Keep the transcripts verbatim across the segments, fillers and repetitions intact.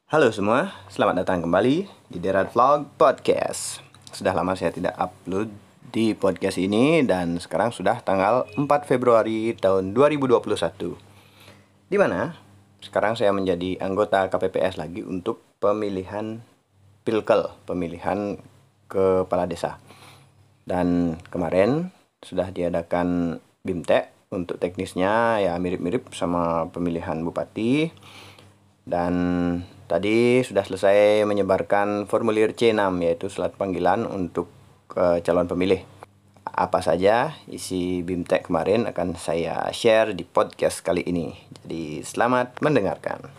Halo semua, selamat datang kembali di Derat Vlog Podcast. Sudah lama saya tidak upload di podcast ini dan sekarang sudah tanggal empat Februari tahun dua ribu dua puluh satu. Di mana sekarang saya menjadi anggota K P P S lagi untuk pemilihan Pilkel, pemilihan kepala desa. Dan kemarin sudah diadakan BIMTEK untuk teknisnya, ya mirip-mirip sama pemilihan bupati. Dan tadi sudah selesai menyebarkan formulir C enam, yaitu surat panggilan untuk uh, calon pemilih. Apa saja isi BIMTEK kemarin akan saya share di podcast kali ini. Jadi selamat mendengarkan.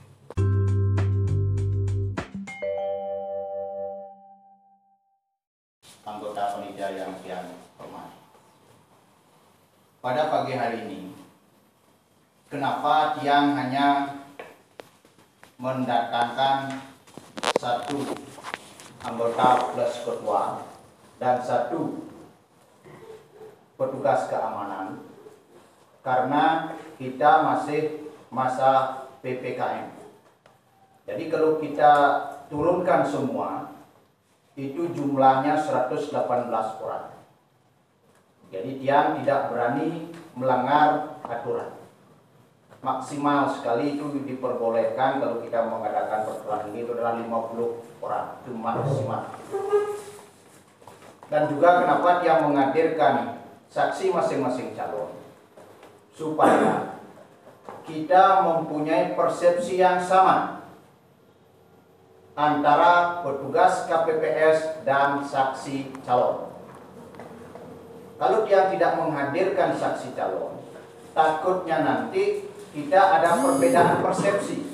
Anggota panitia yang yang hormat. Pada pagi hari ini, kenapa Tiang hanya mendatangkan satu anggota plus ketua dan satu petugas keamanan? Karena kita masih masa P P K M. Jadi kalau kita turunkan semua, itu jumlahnya seratus delapan belas orang. Jadi Tiang tidak berani melanggar aturan. Maksimal sekali itu diperbolehkan kalau kita mengadakan pertemuan ini itu adalah lima puluh orang, itu maksimal. Dan juga kenapa dia menghadirkan saksi masing-masing calon, supaya kita mempunyai persepsi yang sama antara petugas K P P S dan saksi calon. Kalau dia tidak menghadirkan saksi calon, takutnya nanti kita ada perbedaan persepsi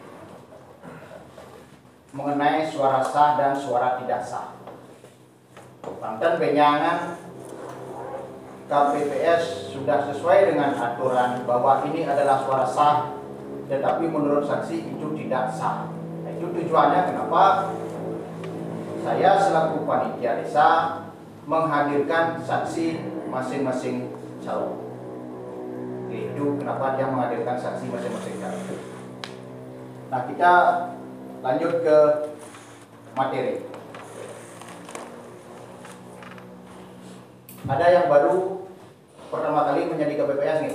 mengenai suara sah dan suara tidak sah. Pantan benyangan K P P S sudah sesuai dengan aturan bahwa ini adalah suara sah, tetapi menurut saksi itu tidak sah. Nah, itu tujuannya kenapa saya selaku panitia desa menghadirkan saksi masing-masing calon. Itu kenapa dia menghadirkan saksi masing-masing calon. Nah, kita lanjut ke materi. Ada yang baru pertama kali menjadi K P P S nih?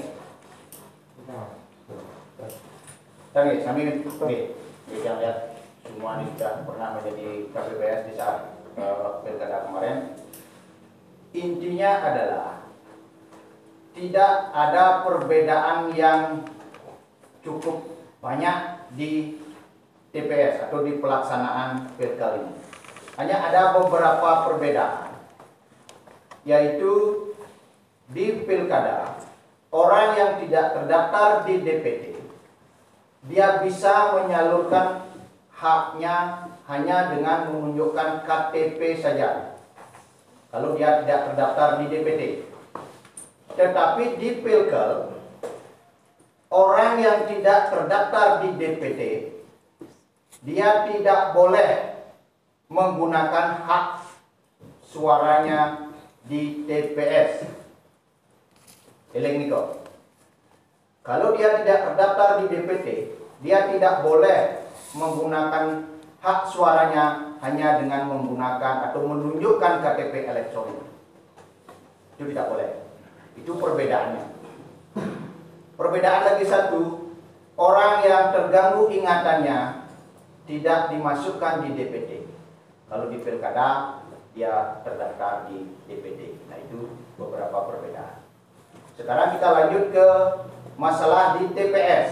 Oke, kami oke, kita lihat semua ini sudah pernah menjadi K P P S di saat uh, pilkada kemarin. Intinya adalah tidak ada perbedaan yang cukup banyak di T P S atau di pelaksanaan pilkada ini. Hanya ada beberapa perbedaan, yaitu di pilkada orang yang tidak terdaftar di D P T dia bisa menyalurkan haknya hanya dengan menunjukkan K T P saja kalau dia tidak terdaftar di D P T. Tetapi di Pilkel, orang yang tidak terdaftar di D P T dia tidak boleh menggunakan hak suaranya di T P S. Eleng niko. Kalau dia tidak terdaftar di D P T, dia tidak boleh menggunakan hak suaranya hanya dengan menggunakan atau menunjukkan K T P elektronik. Itu tidak boleh. Itu perbedaannya. Perbedaan lagi satu, orang yang terganggu ingatannya tidak dimasukkan di D P T. Kalau di pilkada dia terdaftar di D P T. Nah, itu beberapa perbedaan. Sekarang kita lanjut ke masalah di T P S.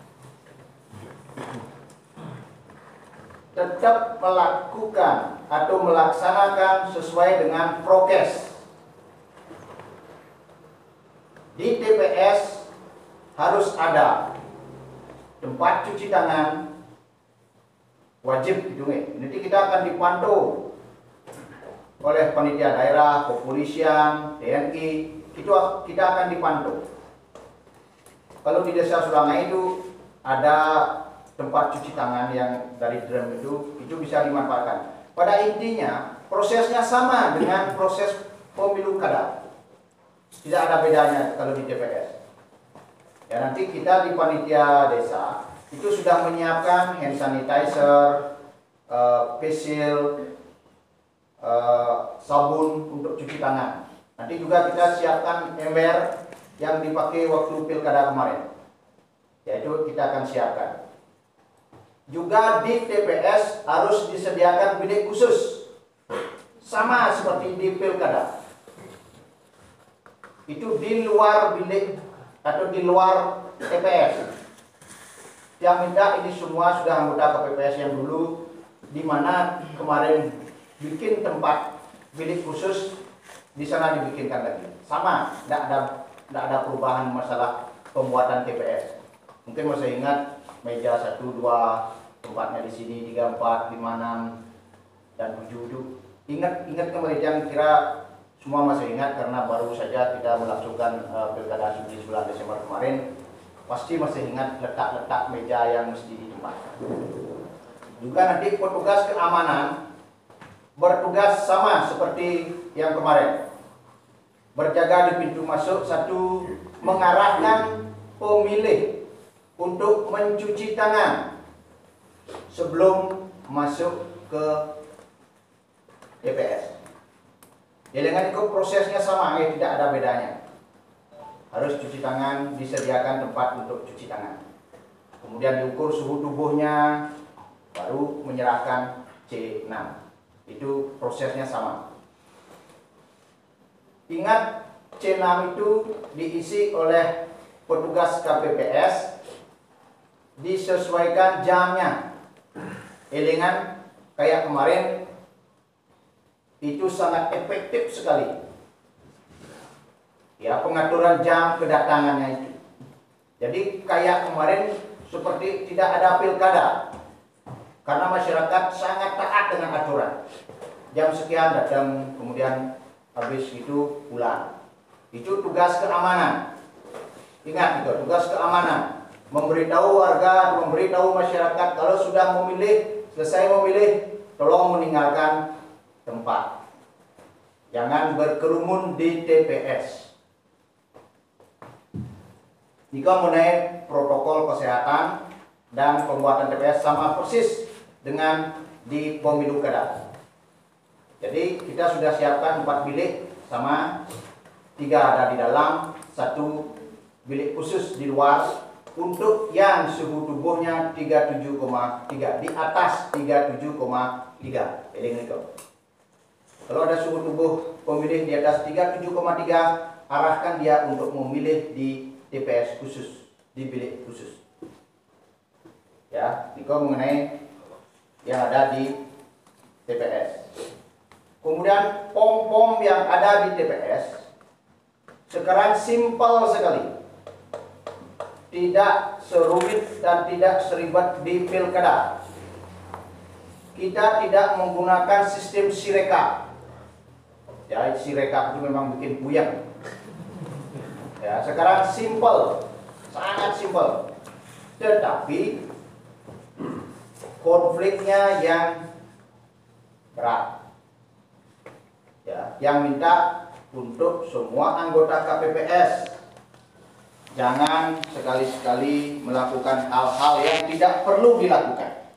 Tetap melakukan atau melaksanakan sesuai dengan prokes. Di T P S harus ada tempat cuci tangan, wajib gitu nih. Nanti kita akan dipantau oleh panitia daerah, kepolisian, T N I. Itu kita akan dipantau. Kalau di desa Sulangai itu ada tempat cuci tangan yang dari drum itu, itu bisa dimanfaatkan. Pada intinya prosesnya sama dengan proses pemilu kada. Tidak ada bedanya kalau di T P S. Ya, nanti kita di panitia desa itu sudah menyiapkan hand sanitizer, uh, face shield, uh, sabun untuk cuci tangan. Nanti juga kita siapkan ember yang dipakai waktu pilkada kemarin, yaitu kita akan siapkan. Juga di T P S harus disediakan bilik khusus, sama seperti di pilkada. Itu di luar bilik atau di luar T P S. Yang minta ini semua sudah anggota K P P S yang dulu, di mana kemarin bikin tempat bilik khusus, di sana dibikinkan lagi. Sama, tidak ada tidak ada perubahan masalah pembuatan T P S. Mungkin masih ingat meja satu dua, tempatnya di sini tiga empat lima enam dan tujuh itu. Ingat ingat kembali, jangan kira semua masih ingat karena baru saja kita melangsungkan uh, pilkada di bulan Desember kemarin. Pasti masih ingat letak-letak meja yang mesti ditempatkan. Juga nanti petugas keamanan bertugas sama seperti yang kemarin. Berjaga di pintu masuk, satu, mengarahkan pemilih untuk mencuci tangan sebelum masuk ke T P S. Ya, dengan itu prosesnya sama, ya, tidak ada bedanya. Harus cuci tangan, disediakan tempat untuk cuci tangan. Kemudian diukur suhu tubuhnya, baru menyerahkan C enam. Itu prosesnya sama. Ingat, C enam itu diisi oleh petugas K P P S, disesuaikan jamnya. Elingan kayak kemarin, itu sangat efektif sekali. Ya, pengaturan jam kedatangannya itu. Jadi kayak kemarin seperti tidak ada pilkada. Karena masyarakat sangat taat dengan aturan. Jam sekian datang, kemudian habis itu pulang. Itu tugas keamanan. Ingat itu, tugas keamanan. Memberitahu warga, memberitahu masyarakat kalau sudah memilih, selesai memilih, tolong meninggalkan tempat. Jangan berkerumun di T P S. Jika mengenai protokol kesehatan dan pembuatan T P S sama persis dengan di pemilu kada. Jadi kita sudah siapkan empat bilik, sama tiga ada di dalam, satu bilik khusus di luar untuk yang suhu tubuhnya tiga puluh tujuh koma tiga, di atas tiga puluh tujuh koma tiga. Kalau ada suhu tubuh pemilih di atas tiga puluh tujuh koma tiga, arahkan dia untuk memilih di T P S khusus, di bilik khusus. Ya, jika mengenai yang ada di T P S. Kemudian pom-pom yang ada di T P S sekarang simpel sekali. Tidak serumit dan tidak seribet di pilkada. Kita tidak menggunakan sistem sirekap. Ya, sirekap itu memang bikin puyeng. Ya, sekarang simple, sangat simple. Tetapi konfliknya yang berat. Ya, yang minta untuk semua anggota K P P S jangan sekali-sekali melakukan hal-hal yang tidak perlu dilakukan.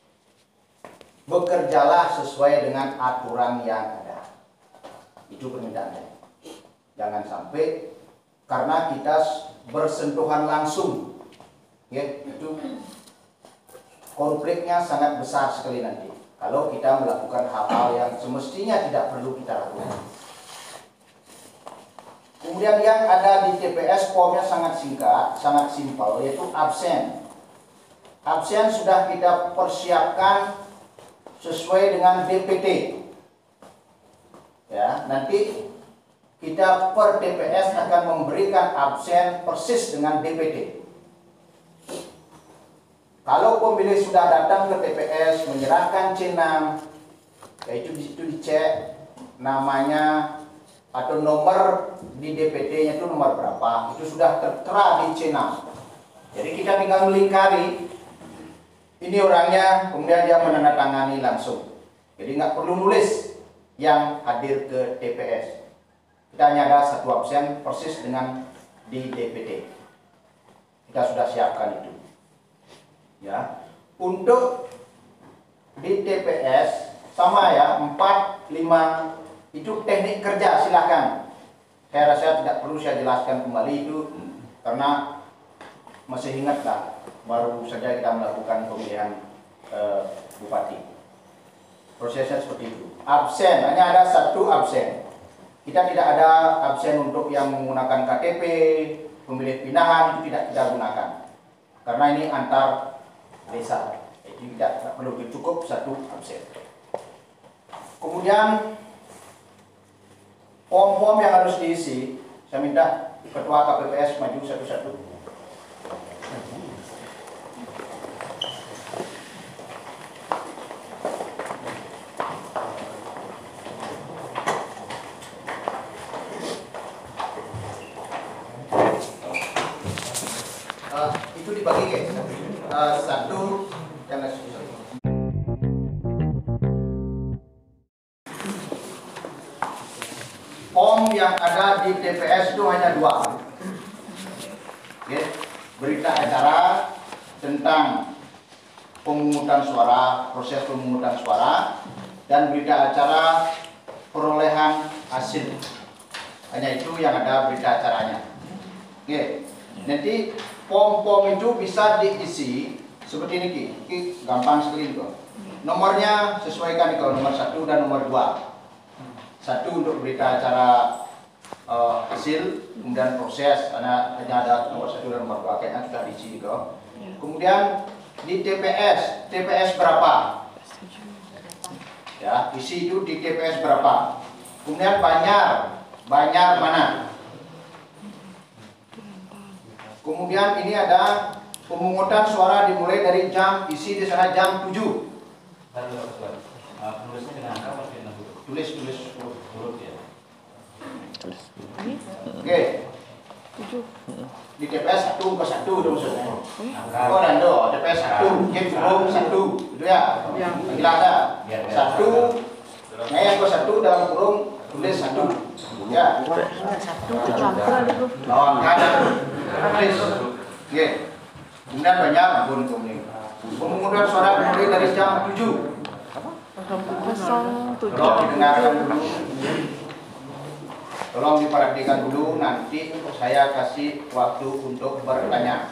Bekerjalah sesuai dengan aturan yang ada. Itu permintaannya. Jangan sampai karena kita bersentuhan langsung, ya, itu konfliknya sangat besar sekali nanti. Kalau kita melakukan hal-hal yang semestinya tidak perlu kita lakukan. Kemudian yang ada di T P S formnya sangat singkat, sangat simpel, yaitu absen. Absen sudah kita persiapkan sesuai dengan D P T. Ya, nanti kita per T P S akan memberikan absen persis dengan D P T. Kalau pemilih sudah datang ke T P S menyerahkan C enam, yaitu di situ dicek namanya atau nomor di D P T-nya itu nomor berapa, itu sudah tertera di C enam. Jadi kita tinggal melingkari ini orangnya, kemudian dia menandatangani langsung. Jadi nggak perlu nulis yang hadir ke T P S. Kita hanya ada satu absen persis dengan di D P T. Kita sudah siapkan itu. Ya, untuk di T P S sama ya, empat, lima itu teknik kerja, silakan. Saya rasa tidak perlu saya jelaskan kembali itu karena masih ingat lah, baru saja kita melakukan pemilihan eh, bupati. Prosesnya seperti itu. Absen, hanya ada satu absen. Kita tidak ada absen untuk yang menggunakan K T P, pemilih pindahan, itu tidak kita gunakan. Karena ini antar desa, jadi tidak, tidak perlu, cukup satu absen. Kemudian form-form yang harus diisi, saya minta ketua K P P S maju satu-satu. Uh, itu dibagi ke uh, satu dan satu. Form yang ada di T P S itu hanya dua. Oke. Berita acara tentang pemungutan suara, proses pemungutan suara, dan berita acara perolehan hasil. Hanya itu yang ada berita acaranya. Oke. Nanti form-form itu bisa diisi seperti ini, Ki. Ki gampang sekali kok. Nomornya sesuaikan kalau nomor satu dan nomor dua. Satu untuk berita acara uh, hasil, kemudian proses, karena hanya ada nomor satu dan nomor dua, kayaknya sudah diisi kok. Kemudian di T P S, T P S berapa? Ya, isi itu di T P S berapa? Kemudian Banyar, Banyar mana? Kemudian ini ada pemungutan suara dimulai dari jam, isi di sana jam tujuh. Tulisnya dengan angka apa dengan huruf? Tulis, tulis. Huruf ya. Oke. Di T P S satu ke satu itu maksudnya. Angka. Oh, Nando, T P S satu, game huruf satu, gitu ya? Bila ada satu, ngayang ke satu dalam kurung tulis satu, ya? Oh, enggak ada. Tulis. Oke. Kemudian banyak ampun ini. Pemungutan suara dimulai dari jam tujuh. Tolong didengarkan dulu. Tolong diperhatikan dulu, nanti saya kasih waktu untuk bertanya.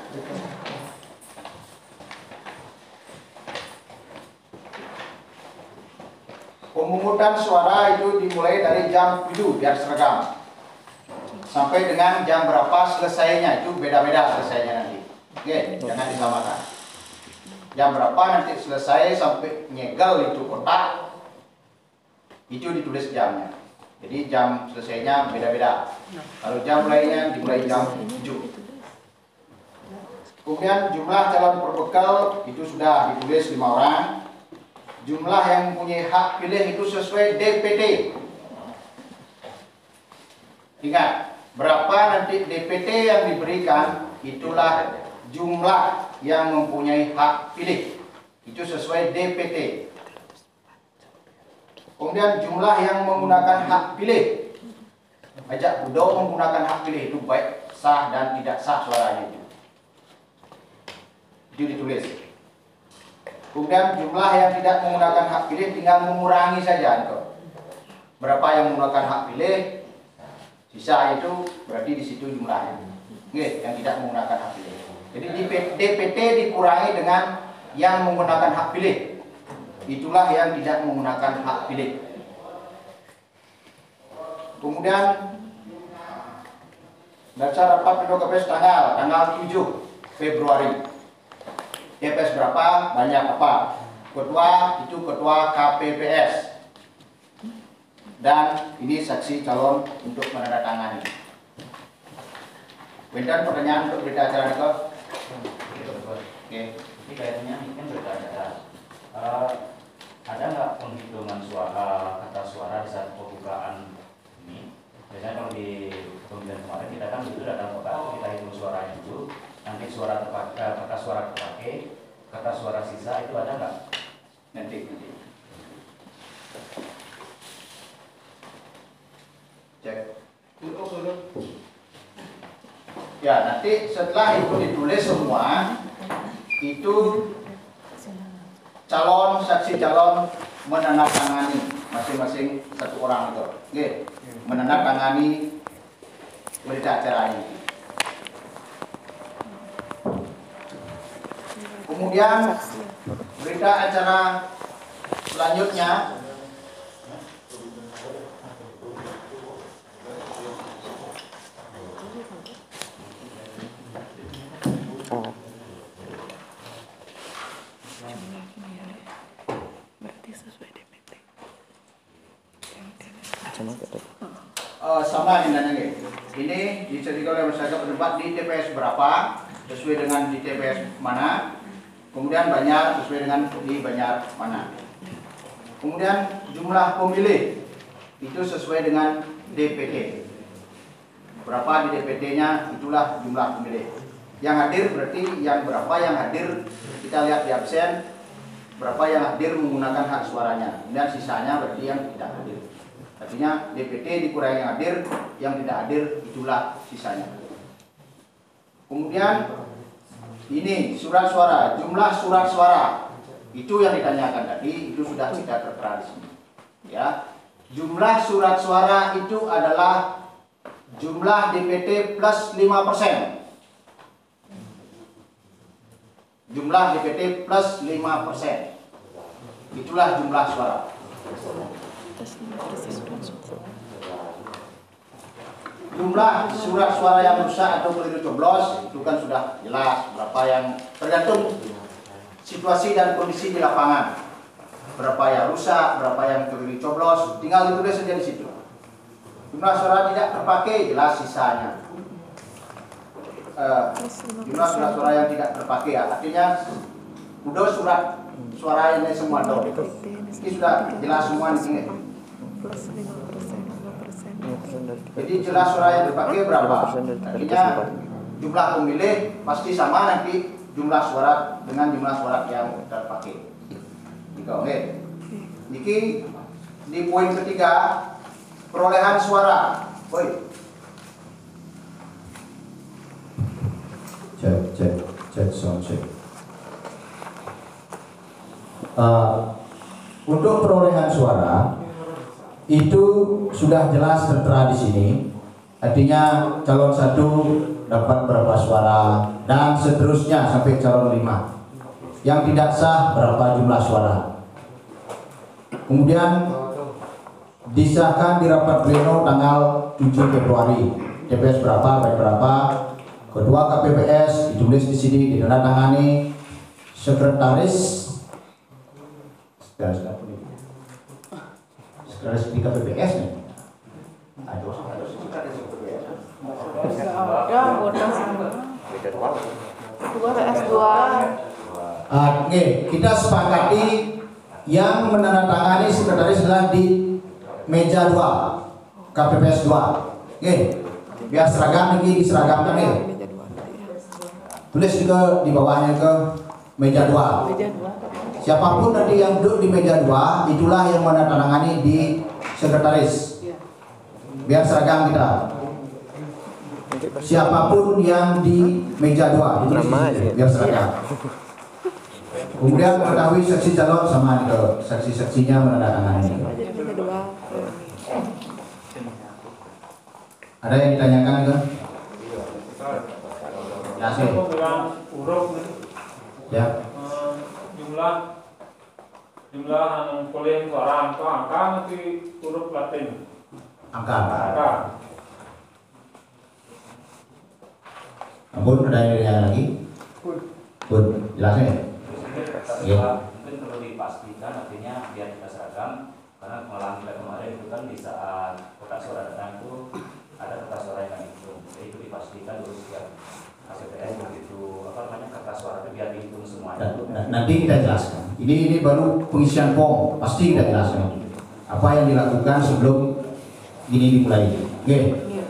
Pemungutan suara itu dimulai dari jam tujuh, biar seragam. Sampai dengan jam berapa selesainya, itu beda-beda selesainya nanti. Oke, jangan disamakan. Jam berapa nanti selesai sampai nyegel itu kotak, itu ditulis jamnya. Jadi jam selesainya beda-beda. Kalau jam mulainya dimulai jam tujuh. Kemudian jumlah calon berbekal itu sudah ditulis lima orang. Jumlah yang mempunyai hak pilih itu sesuai D P T. Ingat, berapa nanti D P T yang diberikan, itulah jumlah yang mempunyai hak pilih. Itu sesuai D P T. Kemudian jumlah yang menggunakan hak pilih. Ajak Budo menggunakan hak pilih itu baik sah dan tidak sah suaranya itu. Itu ditulis. Kemudian jumlah yang tidak menggunakan hak pilih tinggal mengurangi saja itu. Berapa yang menggunakan hak pilih, sisa itu berarti di situ jumlahnya. Oke, yang tidak menggunakan hak pilih. Jadi di D P T dikurangi dengan yang menggunakan hak pilih. Itulah yang tidak menggunakan hak pilih. Kemudian baca rapat penduduk K P S tanggal tanggal tujuh Februari. T P S berapa? Banyak apa? Ketua itu ketua K P P S. Dan ini saksi calon untuk menandatangani. Bentar pertanyaan untuk berita acara itu. Oke. Ini kayaknya ini kan berita acara. Uh, ada nggak penghitungan suara, kata suara di saat pembukaan ini? Biasanya kalau di pemilihan kemarin kita kan itu datang kotak, kita hitung suaranya itu, nanti suara terpakai, kata suara terpakai, kata suara sisa itu ada nggak? Nanti, nanti. Cek. Ya, nanti setelah itu ditulis semua, itu calon saksi calon menandatangani masing-masing satu orang itu, oke, menandatangani berita acara ini. Kemudian berita acara selanjutnya Uh, sama ini ini diceritakan oleh masyarakat berdebat di T P S berapa sesuai dengan di T P S mana, kemudian Banjar sesuai dengan di Banjar mana, kemudian jumlah pemilih itu sesuai dengan D P T berapa di D P T-nya, itulah jumlah pemilih yang hadir. Berarti yang berapa yang hadir kita lihat di absen, berapa yang hadir menggunakan hak suaranya, kemudian sisanya berarti yang tidak hadir. Artinya D P T dikurangi yang hadir, yang tidak hadir itulah sisanya. Kemudian ini surat suara, jumlah surat suara itu yang ditanyakan tadi, itu sudah kita tertera di sini. Ya, jumlah surat suara itu adalah jumlah D P T plus lima persen. Jumlah D P T plus lima persen. Itulah jumlah suara. Jumlah surat suara yang rusak atau keliru coblos itu kan sudah jelas berapa yang tergantung situasi dan kondisi di lapangan. Berapa yang rusak, berapa yang keliru coblos, tinggal ditulis saja di situ. Jumlah suara tidak terpakai jelas sisanya. Uh, jumlah surat suara yang tidak terpakai ya, artinya udah surat suara ini semua dong. Ini sudah jelas semua di sini. Jadi jelas suara yang dipakai berapa? Artinya jumlah pemilih pasti sama nanti jumlah suara dengan jumlah suara yang terpakai. Oke. Niki di poin ketiga perolehan suara. Poin. Cek cek cek sound check. Uh, untuk perolehan suara itu sudah jelas tertera di sini. Artinya calon satu dapat berapa suara dan seterusnya sampai calon lima. Yang tidak sah berapa jumlah suara. Kemudian disahkan di rapat pleno tanggal tujuh Februari. T P S berapa, baik berapa. Kedua K P P S ditulis di sini, ditandatangani sekretaris. Sekretaris di K P P S nih. Aduh, ada sekretaris di K P P S. Ada anggota semua. Dua P S dua. Oke, kita sepakati yang menandatangani sekretaris adalah di meja dua K P P S dua. Oke, biar seragam ini diseragamkan nih. Tulis juga di bawahnya ke meja dua. Siapapun nanti yang duduk di meja dua, itulah yang menandatangani di sekretaris. Biar seragam kita. Siapapun yang di meja dua, itu biar seragam. Kemudian mengetahui saksi calon sama itu, saksi-saksinya menandatangani. Ada yang ditanyakan itu? Ya, sih. Ya. Jumlah jumlah anu polling suara angka angka nanti huruf Latin. Angka. Angka. Ampun, ada yang ditanya lagi? Bun, jelasnya. Ya. Mungkin perlu dipastikan artinya biar kita seragam karena pengalaman kita kemarin itu kan di saat kotak suara datang itu ada kertas suara yang dihitung, jadi itu dipastikan dulu setiap K P P S begitu apa namanya kertas suara itu biar dihitung semuanya. Nah, nanti kita jelaskan. Ini ini baru pengisian form, pasti kita jelaskan apa yang dilakukan sebelum ini dimulai. Oke.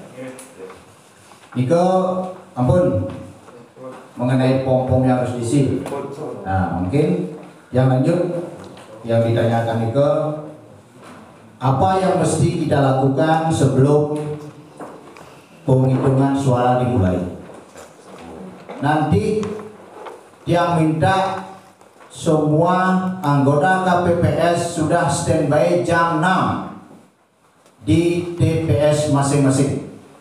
Niko, ampun. Mengenai form-form yang harus diisi. Nah, mungkin yang lanjut yang ditanyakan Niko, apa yang mesti kita lakukan sebelum penghitungan suara dimulai? Nanti dia minta semua anggota K P P S sudah standby jam enam di T P S masing-masing.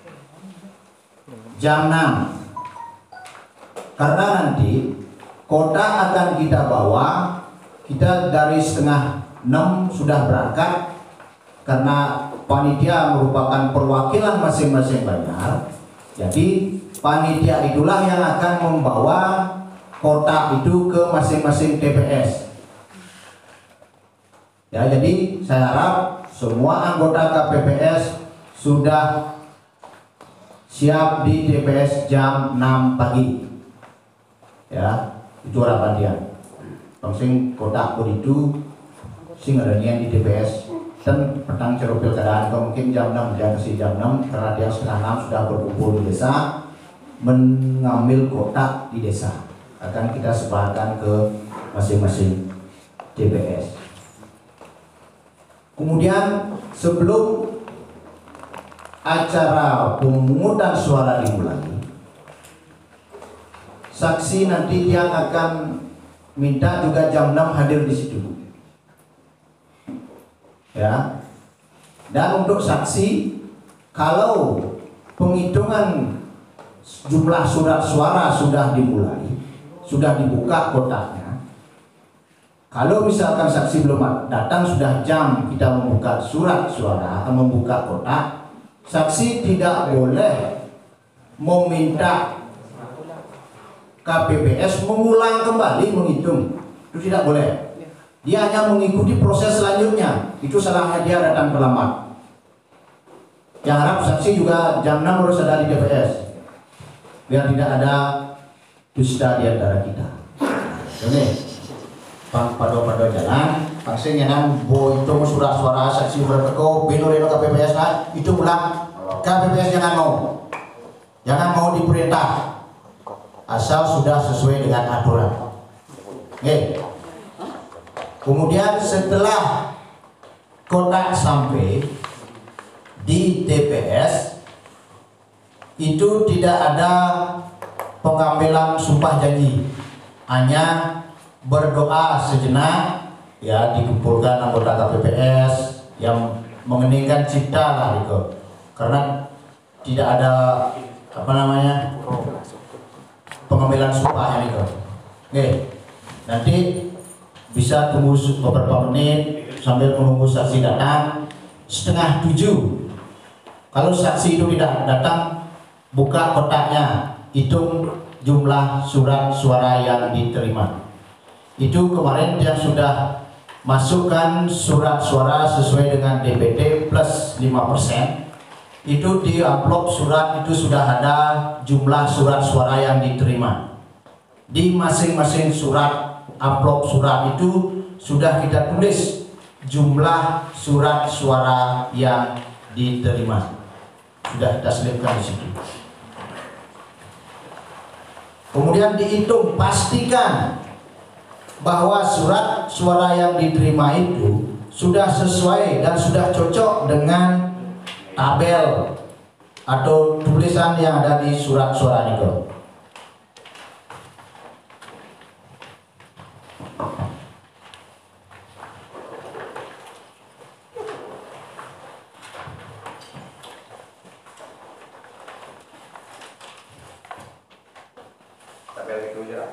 Jam enam. Karena nanti kotak akan kita bawa, kita dari setengah enam sudah berangkat karena panitia merupakan perwakilan masing-masing banjar. Jadi panitia itulah yang akan membawa kotak itu ke masing-masing T P S. Ya, jadi saya harap semua anggota K P P S sudah siap di T P S jam enam pagi. Ya, itu harapan dia. Langsung kotak begitu sing adanya di T P S dan petang ceruk pilkadaan mungkin jam enam, dia kasih jam enam karena dia setengah enam sudah berkumpul di desa mengambil kotak di desa. Akan kita sebarkan ke masing-masing T P S. Kemudian sebelum acara pemungutan suara dimulai, saksi nanti yang akan minta juga jam enam hadir di situ. Ya. Dan untuk saksi, kalau penghitungan jumlah surat suara sudah dimulai, sudah dibuka kotaknya. Kalau misalkan saksi belum datang, sudah jam kita membuka surat suara, akan membuka kotak, saksi tidak boleh meminta K P P S mengulang kembali menghitung. Itu tidak boleh. Dia hanya mengikuti proses selanjutnya. Itu salahnya dia datang terlambat. Yang harap saksi juga jam enam harus ada di T P S, biar tidak ada dusta di antara kita. Oke, Pak Pado-Pado jalan, pasti nyenang bo itu surat suara saksi berteko, beno reno K P P S lah, itu pulang K P P S jangan mau, jangan mau diperintah, asal sudah sesuai dengan aturan. Oke. Kemudian setelah kotak sampai di T P S, itu tidak ada pengambilan sumpah janji, hanya berdoa sejenak, ya dikumpulkan anggota K P P S yang mengeningkan cipta lah itu, karena tidak ada apa namanya pengambilan sumpah itu. Oke, nanti bisa tunggu beberapa menit sambil menunggu saksi datang. Setengah tujuh, kalau saksi itu tidak datang, buka kotaknya, hitung jumlah surat suara yang diterima. Itu kemarin dia sudah masukkan surat suara sesuai dengan D P T plus lima persen. Itu di amplop surat itu sudah ada jumlah surat suara yang diterima. Di masing-masing surat amplop surat itu sudah kita tulis jumlah surat suara yang diterima. Sudah kita selipkan di situ. Kemudian dihitung, pastikan bahwa surat suara yang diterima itu sudah sesuai dan sudah cocok dengan tabel atau tulisan yang ada di surat suara itu. Tabel itu aja.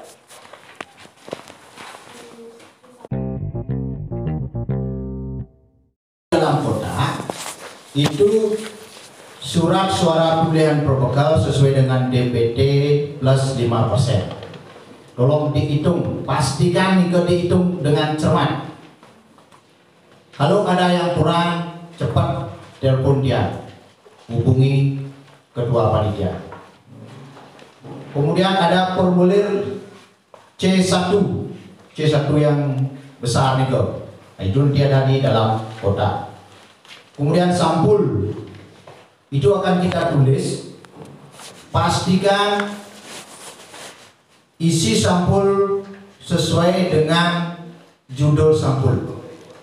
Dalam kotak itu surat suara pemilihan propokal sesuai dengan D P T plus lima persen. Tolong dihitung, pastikan itu dihitung dengan cermat. Kalau ada yang kurang, cepat telepon dia, hubungi ketua panitia. Kemudian ada formulir C satu, C satu yang besar itu, nah, itu dia ada di dalam kotak. Kemudian sampul itu akan kita tulis, pastikan isi sampul sesuai dengan judul sampul.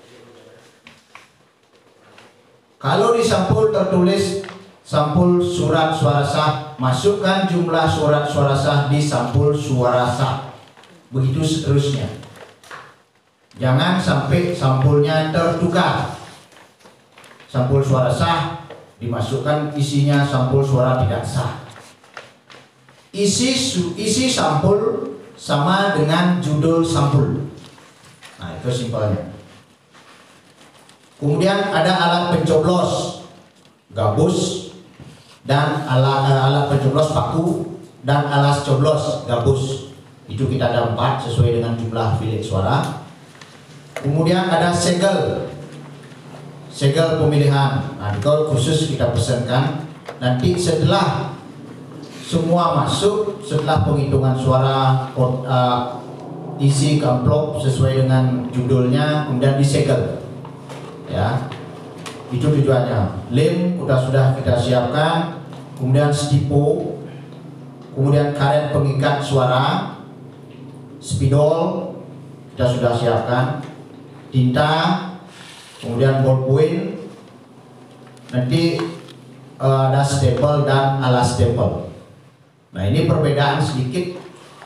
Kalau di sampul tertulis sampul surat suara sah, masukkan jumlah surat suara sah di sampul suara sah. begitu seterusnya. Jangan sampai sampulnya tertukar. Sampul suara sah dimasukkan isinya sampul suara tidak sah. Isi isi sampul sama dengan judul sampul. Nah, itu simpelnya. Kemudian ada alat pencoblos gabus dan alat alat pencoblos paku dan alas coblos gabus. Itu kita ada empat sesuai dengan jumlah bilik suara. Kemudian ada segel, segel pemilihan. Nah, itu khusus kita pesankan. Nanti setelah semua masuk, setelah penghitungan suara, uh, isi ke amplop sesuai dengan judulnya, kemudian disegel. Ya, itu tujuannya. Lem sudah sudah kita siapkan, kemudian stipo, kemudian karet pengikat suara, spidol kita sudah siapkan, tinta, kemudian ballpoint, nanti uh, ada stempel dan alas stempel. Nah, ini perbedaan sedikit.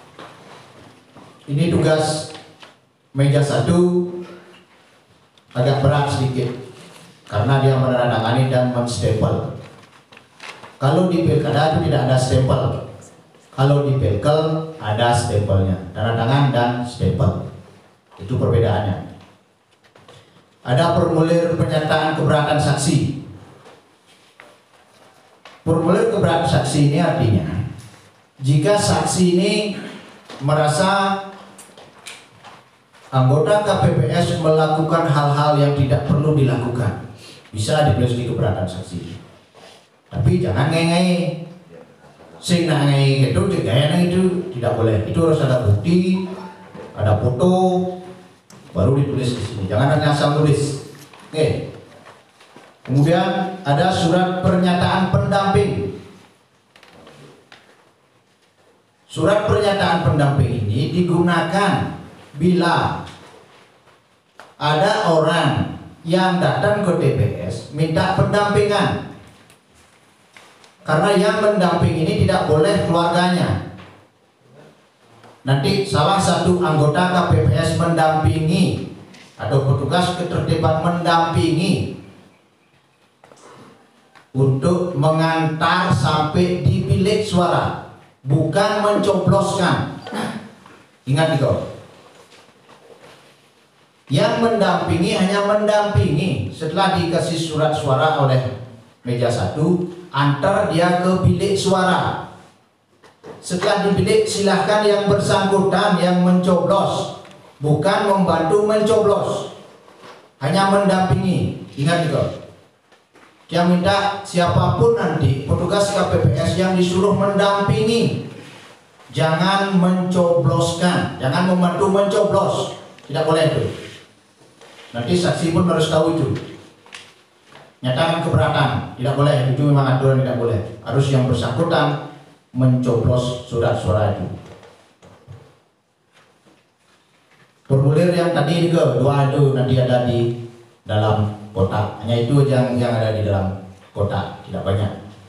Ini tugas meja satu agak berat sedikit karena dia menandatangani dan menstempel. Kalau di pilkada itu tidak ada stempel. Kalau di pilkel ada stempelnya, tanda tangan dan stempel. Itu perbedaannya. Ada formulir pernyataan keberatan saksi. Formulir keberatan saksi ini artinya jika saksi ini merasa anggota K P P S melakukan hal-hal yang tidak perlu dilakukan, bisa ditulis di keberatan saksi. Tapi jangan ngengei, sing ngengei itu, gaya itu tidak boleh. Itu harus ada bukti, ada foto, baru ditulis di sini. Jangan hanya asal tulis. Oke. Kemudian ada surat pernyataan pendamping. Surat pernyataan pendamping ini digunakan bila ada orang yang datang ke T P S minta pendampingan. Karena yang mendamping ini tidak boleh keluarganya. Nanti salah satu anggota K P P S mendampingi atau petugas ketertiban mendampingi untuk mengantar sampai di bilik suara, bukan mencobloskan. Ingat itu. Yang mendampingi hanya mendampingi. Setelah dikasih surat suara oleh meja satu, antar dia ke bilik suara. Setelah di bilik, silahkan yang bersangkutan yang mencoblos, bukan membantu mencoblos, hanya mendampingi. Ingat itu. Dia minta siapapun nanti petugas K P P S yang disuruh mendampingi, jangan mencobloskan, jangan membantu mencoblos, tidak boleh itu. Nanti saksi pun harus tahu itu. Nyatakan keberatan, tidak boleh, itu memang aturan tidak boleh. Harus yang bersangkutan mencoblos surat suara itu. Formulir yang tadi juga dua itu nanti ada di dalam kotak. Hanya itu yang yang ada di dalam kotak, tidak banyak.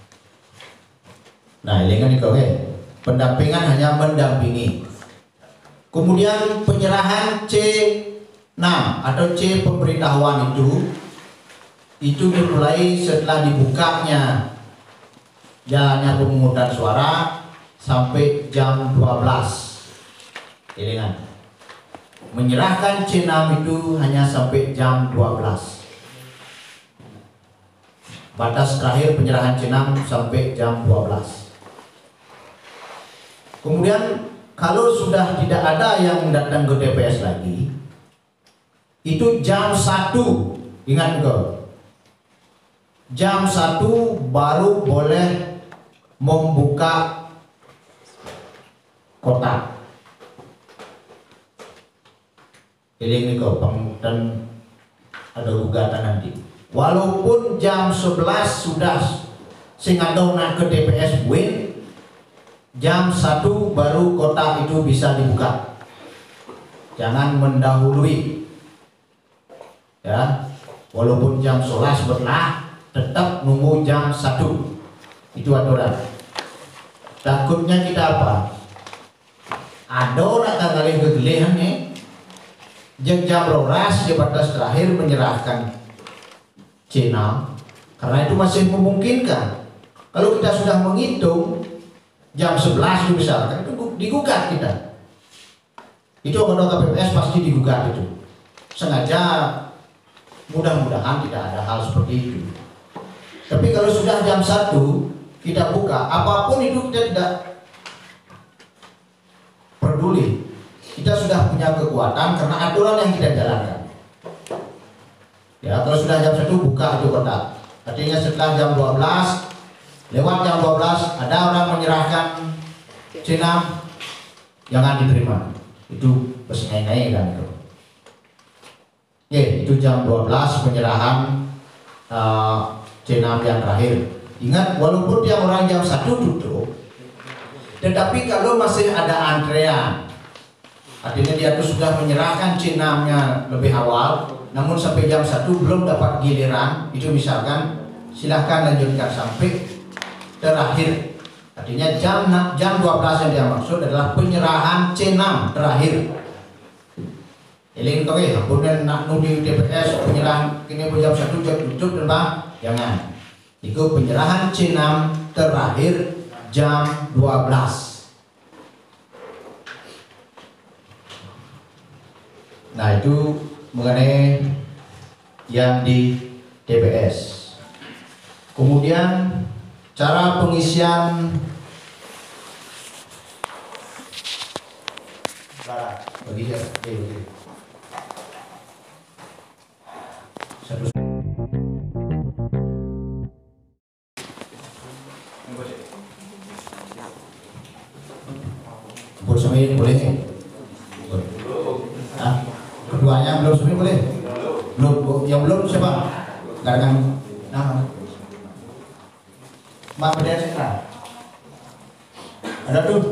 Nah, ini kan itu, oke. Pendampingan hanya mendampingi. Kemudian penyerahan C enam atau C pemberitahuan itu itu dimulai setelah dibukanya jalannya pemungutan suara sampai jam dua belas. Ini kan. Menyerahkan C enam itu hanya sampai jam dua belas. Batas terakhir penyerahan C enam sampai jam dua belas. Kemudian kalau sudah tidak ada yang datang ke T P S lagi, itu jam satu, ingat enggak? Jam satu baru boleh membuka kotak. Jadi ini kok dan ada gugatan nanti. Walaupun jam sebelas sudah singadona ke T P S win, jam satu baru kotak itu bisa dibuka. Jangan mendahului. Ya, walaupun jam sebelas berlah, tetap nunggu jam satu. Itu aturan. Takutnya kita apa? ada orang kali kegelihan nih jam rolas di batas terakhir menyerahkan C enam karena itu masih memungkinkan. Kalau kita sudah menghitung jam sebelas misalkan itu digugat kita, itu undang K P P S pasti digugat itu sengaja. Mudah-mudahan tidak ada hal seperti itu. Tapi kalau sudah jam satu kita buka, apapun itu kita tidak peduli. Kita sudah punya kekuatan karena aturan yang kita jalankan. Ya, kalau sudah jam satu buka itu kotak. Artinya setelah jam dua belas, lewat jam dua belas ada orang menyerahkan C enam, jangan diterima. Itu pesengai-ngai kan itu. Oke, itu jam dua belas penyerahan uh, C enam yang terakhir. Ingat, walaupun dia orang jam satu tutup, tetapi kalau masih ada antrean, artinya dia tuh sudah menyerahkan C enam-nya lebih awal, namun sampai jam satu belum dapat giliran, itu misalkan silahkan lanjutkan sampai terakhir. Artinya jam jam dua belas yang dia maksud adalah penyerahan C enam terakhir. Eling toke, kemudian nak nudi T P S penyerahan kini jam satu jam tutup dan bang, jangan. Itu penyerahan C enam terakhir jam dua belas. Nah itu mengenai yang di T P S. Kemudian cara pengisian bagi ya, bagi. Satu. Boleh semi boleh nih? Boleh. Ah, keduanya belum semi boleh? Belum, yang belum siapa? Garakan. Nah, Mak beda sekarang. Ada tuh.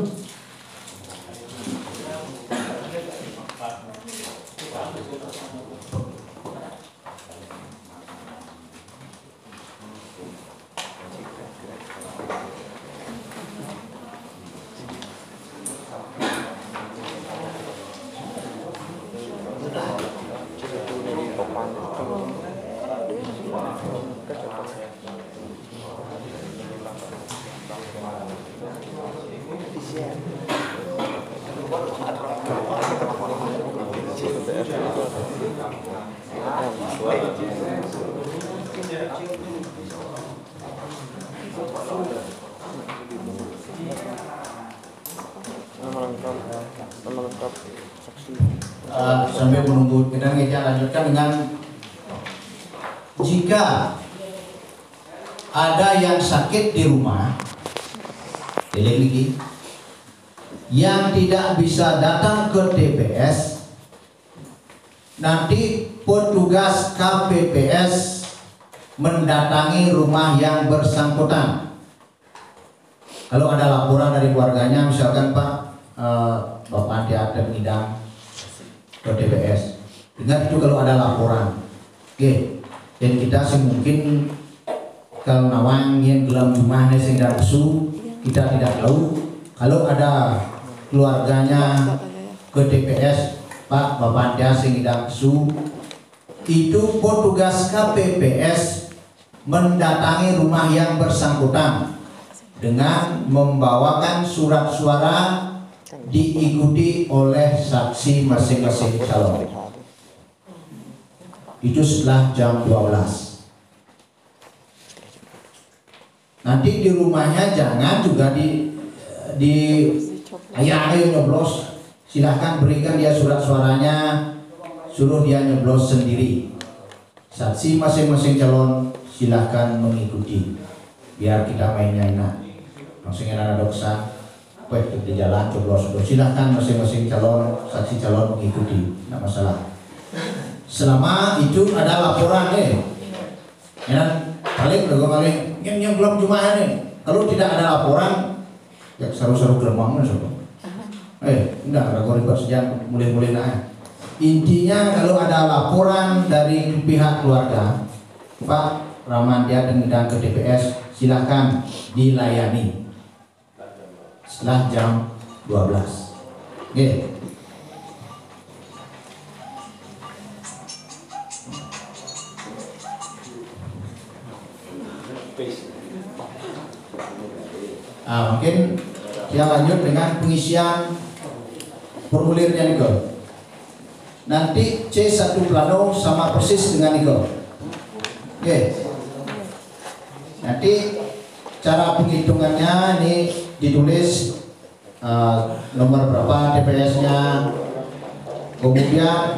Uh, sambil menunggu kita ngeja lanjutkan dengan jika ada yang sakit di rumah, lagi yang tidak bisa datang ke T P S, nanti petugas K P P S mendatangi rumah yang bersangkutan. Kalau ada laporan dari keluarganya, misalkan Pak, uh, Bapak dia ada mengidam ke T P S, ingat itu kalau ada laporan. Oke, dan kita semungkin kalau nawang yang dalam rumahnya sing su, kita tidak tahu. Kalau ada keluarganya ke T P S, Pak, Bapak dia sing su, itu petugas K P P S mendatangi rumah yang bersangkutan dengan membawakan surat suara diikuti oleh saksi masing-masing calon. Itu setelah jam dua belas. Nanti di rumahnya jangan juga di di ayah ayo nyoblos. Silahkan berikan dia surat suaranya, suruh dia nyoblos sendiri. Saksi masing-masing calon silahkan mengikuti, biar kita mainnya enak. Langsung ada doksa. Weh, di jalan coblos, silahkan masing-masing calon saksi calon mengikuti, tidak masalah. Selama itu ada laporan nih, ya paling berapa kali yang yang belum cuma nih. Kalau tidak ada laporan, ya seru-seru geremang nih sobat. Eh, enggak ada ribet sejak mulai-mulai naik. Intinya kalau ada laporan dari pihak keluarga, Pak Ramandia dan ke T P S, silahkan dilayani setelah jam dua belas. Oke. Nah, mungkin yang lanjut dengan pengisian formulirnya nih, nanti C satu plano sama persis dengan itu. Oke. Nanti cara penghitungannya ini ditulis uh, nomor berapa T P S-nya, kemudian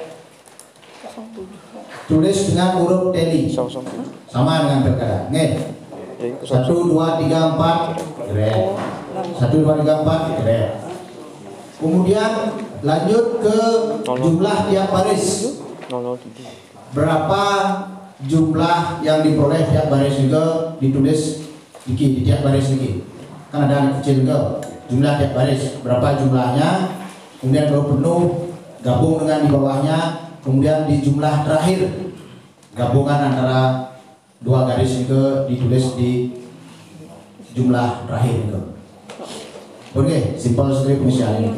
tulis dengan huruf teli sama dengan pilkada. Nih, satu dua tiga empat, keren. Satu dua tiga empat, keren. Kemudian lanjut ke jumlah tiap baris. Berapa jumlah yang diperoleh tiap baris juga ditulis di, di tiap baris ini. Kan ada anak kecil juga. Jumlah tiap baris berapa jumlahnya. Kemudian kalau penuh gabung dengan di bawahnya. Kemudian di jumlah terakhir gabungan antara dua garis juga ditulis di jumlah terakhir itu. Oke, simpel sekali pengisian ini.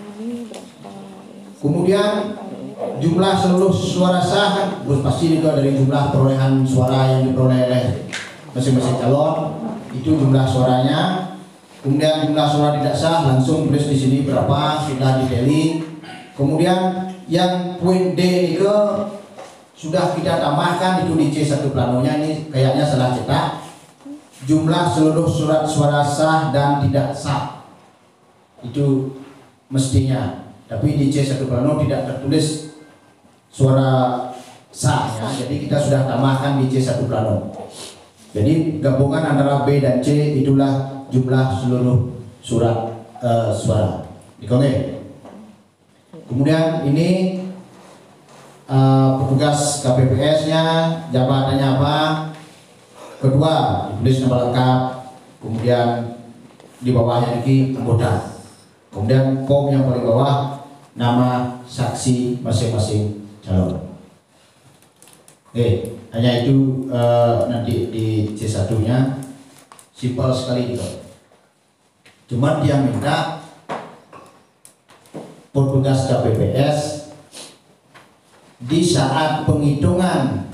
Kemudian jumlah seluruh suara sah pasti juga dari jumlah perolehan suara yang diperoleh oleh masing-masing calon, itu jumlah suaranya. Kemudian jumlah suara tidak sah langsung tulis di sini berapa sudah diteli. Kemudian yang poin D itu sudah kita tambahkan itu di C satu planonya, ini kayaknya salah cetak. Jumlah seluruh surat suara sah dan tidak sah itu mestinya, tapi di C satu plano tidak tertulis suara sah ya. Jadi kita sudah tambahkan di C satu plano. Jadi gabungan antara B dan C itulah jumlah seluruh surat uh, suara. Oke. Kemudian ini uh, petugas K P P S-nya, jabatannya apa? Kedua, ditulis nama lengkap. Kemudian di bawahnya ini anggota. Kemudian form yang paling bawah nama saksi masing-masing calon. Oke, hanya itu uh, nanti di C satu-nya simpel sekali gitu. Cuman dia minta petugas K P P S di saat penghitungan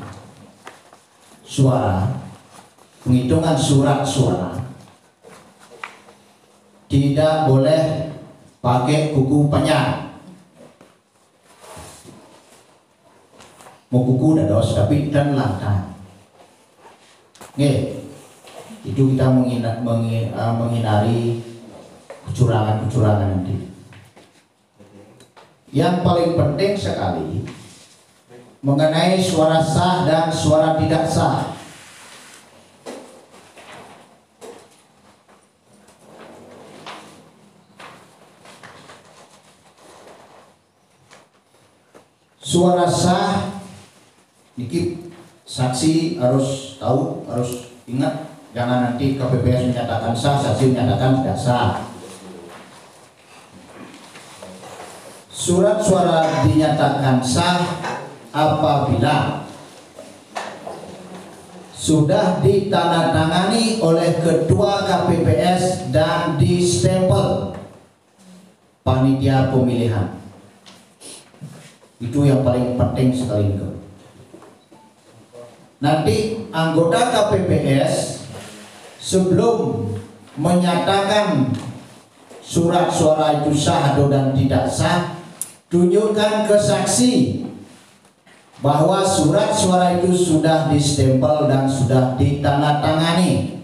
suara, penghitungan surat suara, tidak boleh pakai kuku penyar. Mau kuku dados tapi dan lantai. Nih, itu kita menghina, menghina, menghindari kecurangan-kecurangan nanti. Yang paling penting sekali mengenai suara sah dan suara tidak sah. Suara sah dikit saksi harus tahu, harus ingat, jangan nanti K P P S menyatakan sah, saksi menyatakan tidak sah. Surat suara dinyatakan sah apabila sudah ditandatangani oleh ketua K P P S dan distempel panitia pemilihan. Itu yang paling penting sekali itu. Nanti anggota K P P S sebelum menyatakan surat suara itu sah atau dan tidak sah, tunjukkan ke saksi bahwa surat suara itu sudah distempel dan sudah ditandatangani.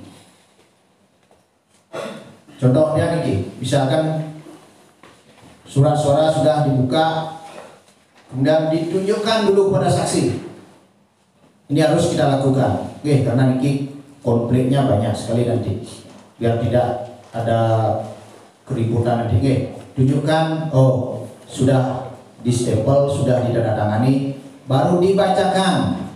Contohnya nih, misalkan surat suara sudah dibuka, kemudian ditunjukkan dulu pada saksi. Ini harus kita lakukan, oke, karena ini konfliknya banyak sekali nanti, biar tidak ada keributan nanti. Oke, tunjukkan, oh sudah distempel, sudah ditandatangani, baru dibacakan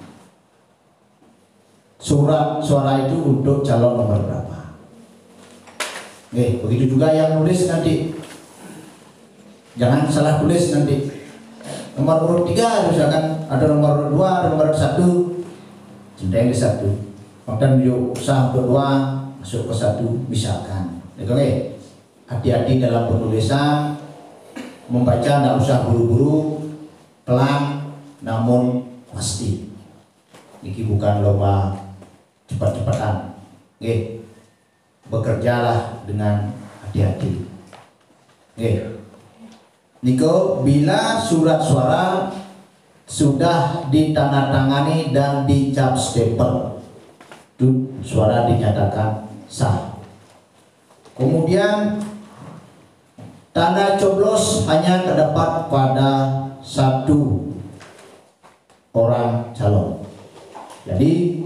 surat suara itu untuk calon nomor berapa. Oke, begitu juga yang nulis nanti, jangan salah tulis nanti. Nomor urut tiga misalkan ada nomor urut dua, ada nomor urut satu, centeng di satu. Kemudian yuk usaha untuk dua masuk ke satu misalkan. Oke, hati-hati dalam penulisan membaca tidak usah buru-buru, pelan namun pasti. Ini bukan lomba cepat-cepatan. Oke, bekerjalah dengan hati-hati. Oke, Niko, bila surat suara sudah ditandatangani dan dicap stempel, itu suara dinyatakan sah. Kemudian tanda coblos hanya terdapat pada satu orang calon. Jadi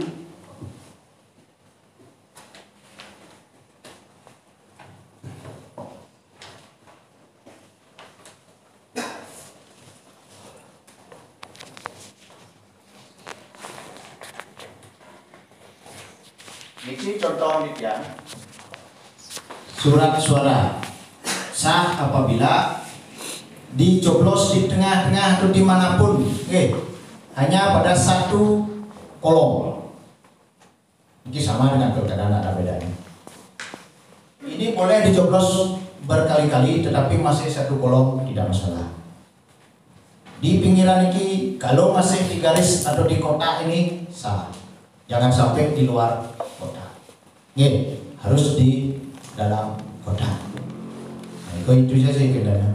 ini contoh nih ya. surat suara sah apabila dicoblos di tengah-tengah atau dimanapun, eh, hanya pada satu kolom. Ini sama dengan pilkada, tidak ada bedanya. Ini boleh dicoblos berkali-kali, tetapi masih satu kolom tidak masalah. Di pinggiran ini, kalau masih di garis atau di kotak ini sah. Jangan sampai di luar kotak. Nih, harus di dalam kotak. Nah, itu saja kendala.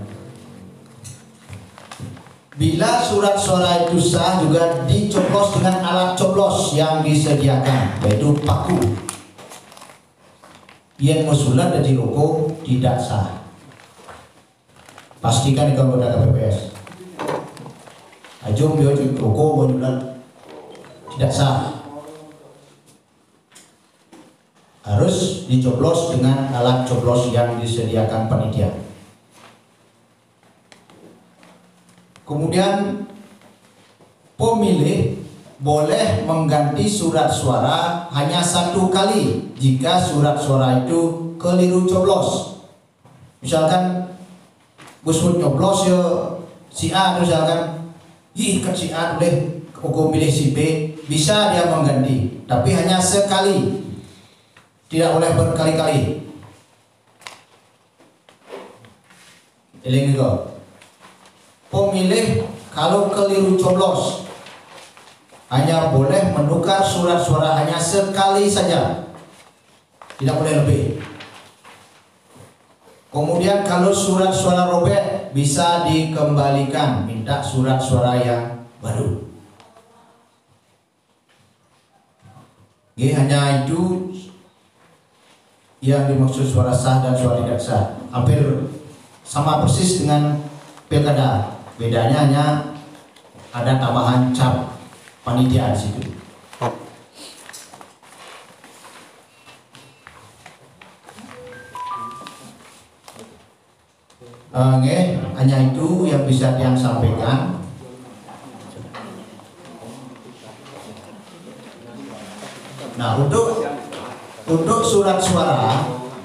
Bila surat suara itu sah juga dicoblos dengan alat coblos yang disediakan, yaitu paku. Yang musulah dari loko tidak sah. Pastikan di anggota K P P S. Ajung dia loko musulah tidak sah. Harus dicoblos dengan alat coblos yang disediakan panitia. Kemudian pemilih boleh mengganti surat suara hanya satu kali jika surat suara itu keliru coblos. Misalkan Gusmud nyoblos ya si A, misalkan ih kan si A boleh aku pilih si B, bisa dia mengganti, tapi hanya sekali, tidak boleh berkali-kali. Eling juga. Pemilih kalau keliru coblos hanya boleh menukar surat suara hanya sekali saja, tidak boleh lebih. Kemudian kalau surat suara robek bisa dikembalikan, minta surat suara yang baru. Ini hanya itu yang dimaksud suara sah dan suara tidak sah. Hampir sama persis dengan pilkada. Bedanya hanya ada tambahan cap panitia di situ. Uh, okay. Hanya itu yang bisa yang sampaikan. Nah, untuk untuk surat suara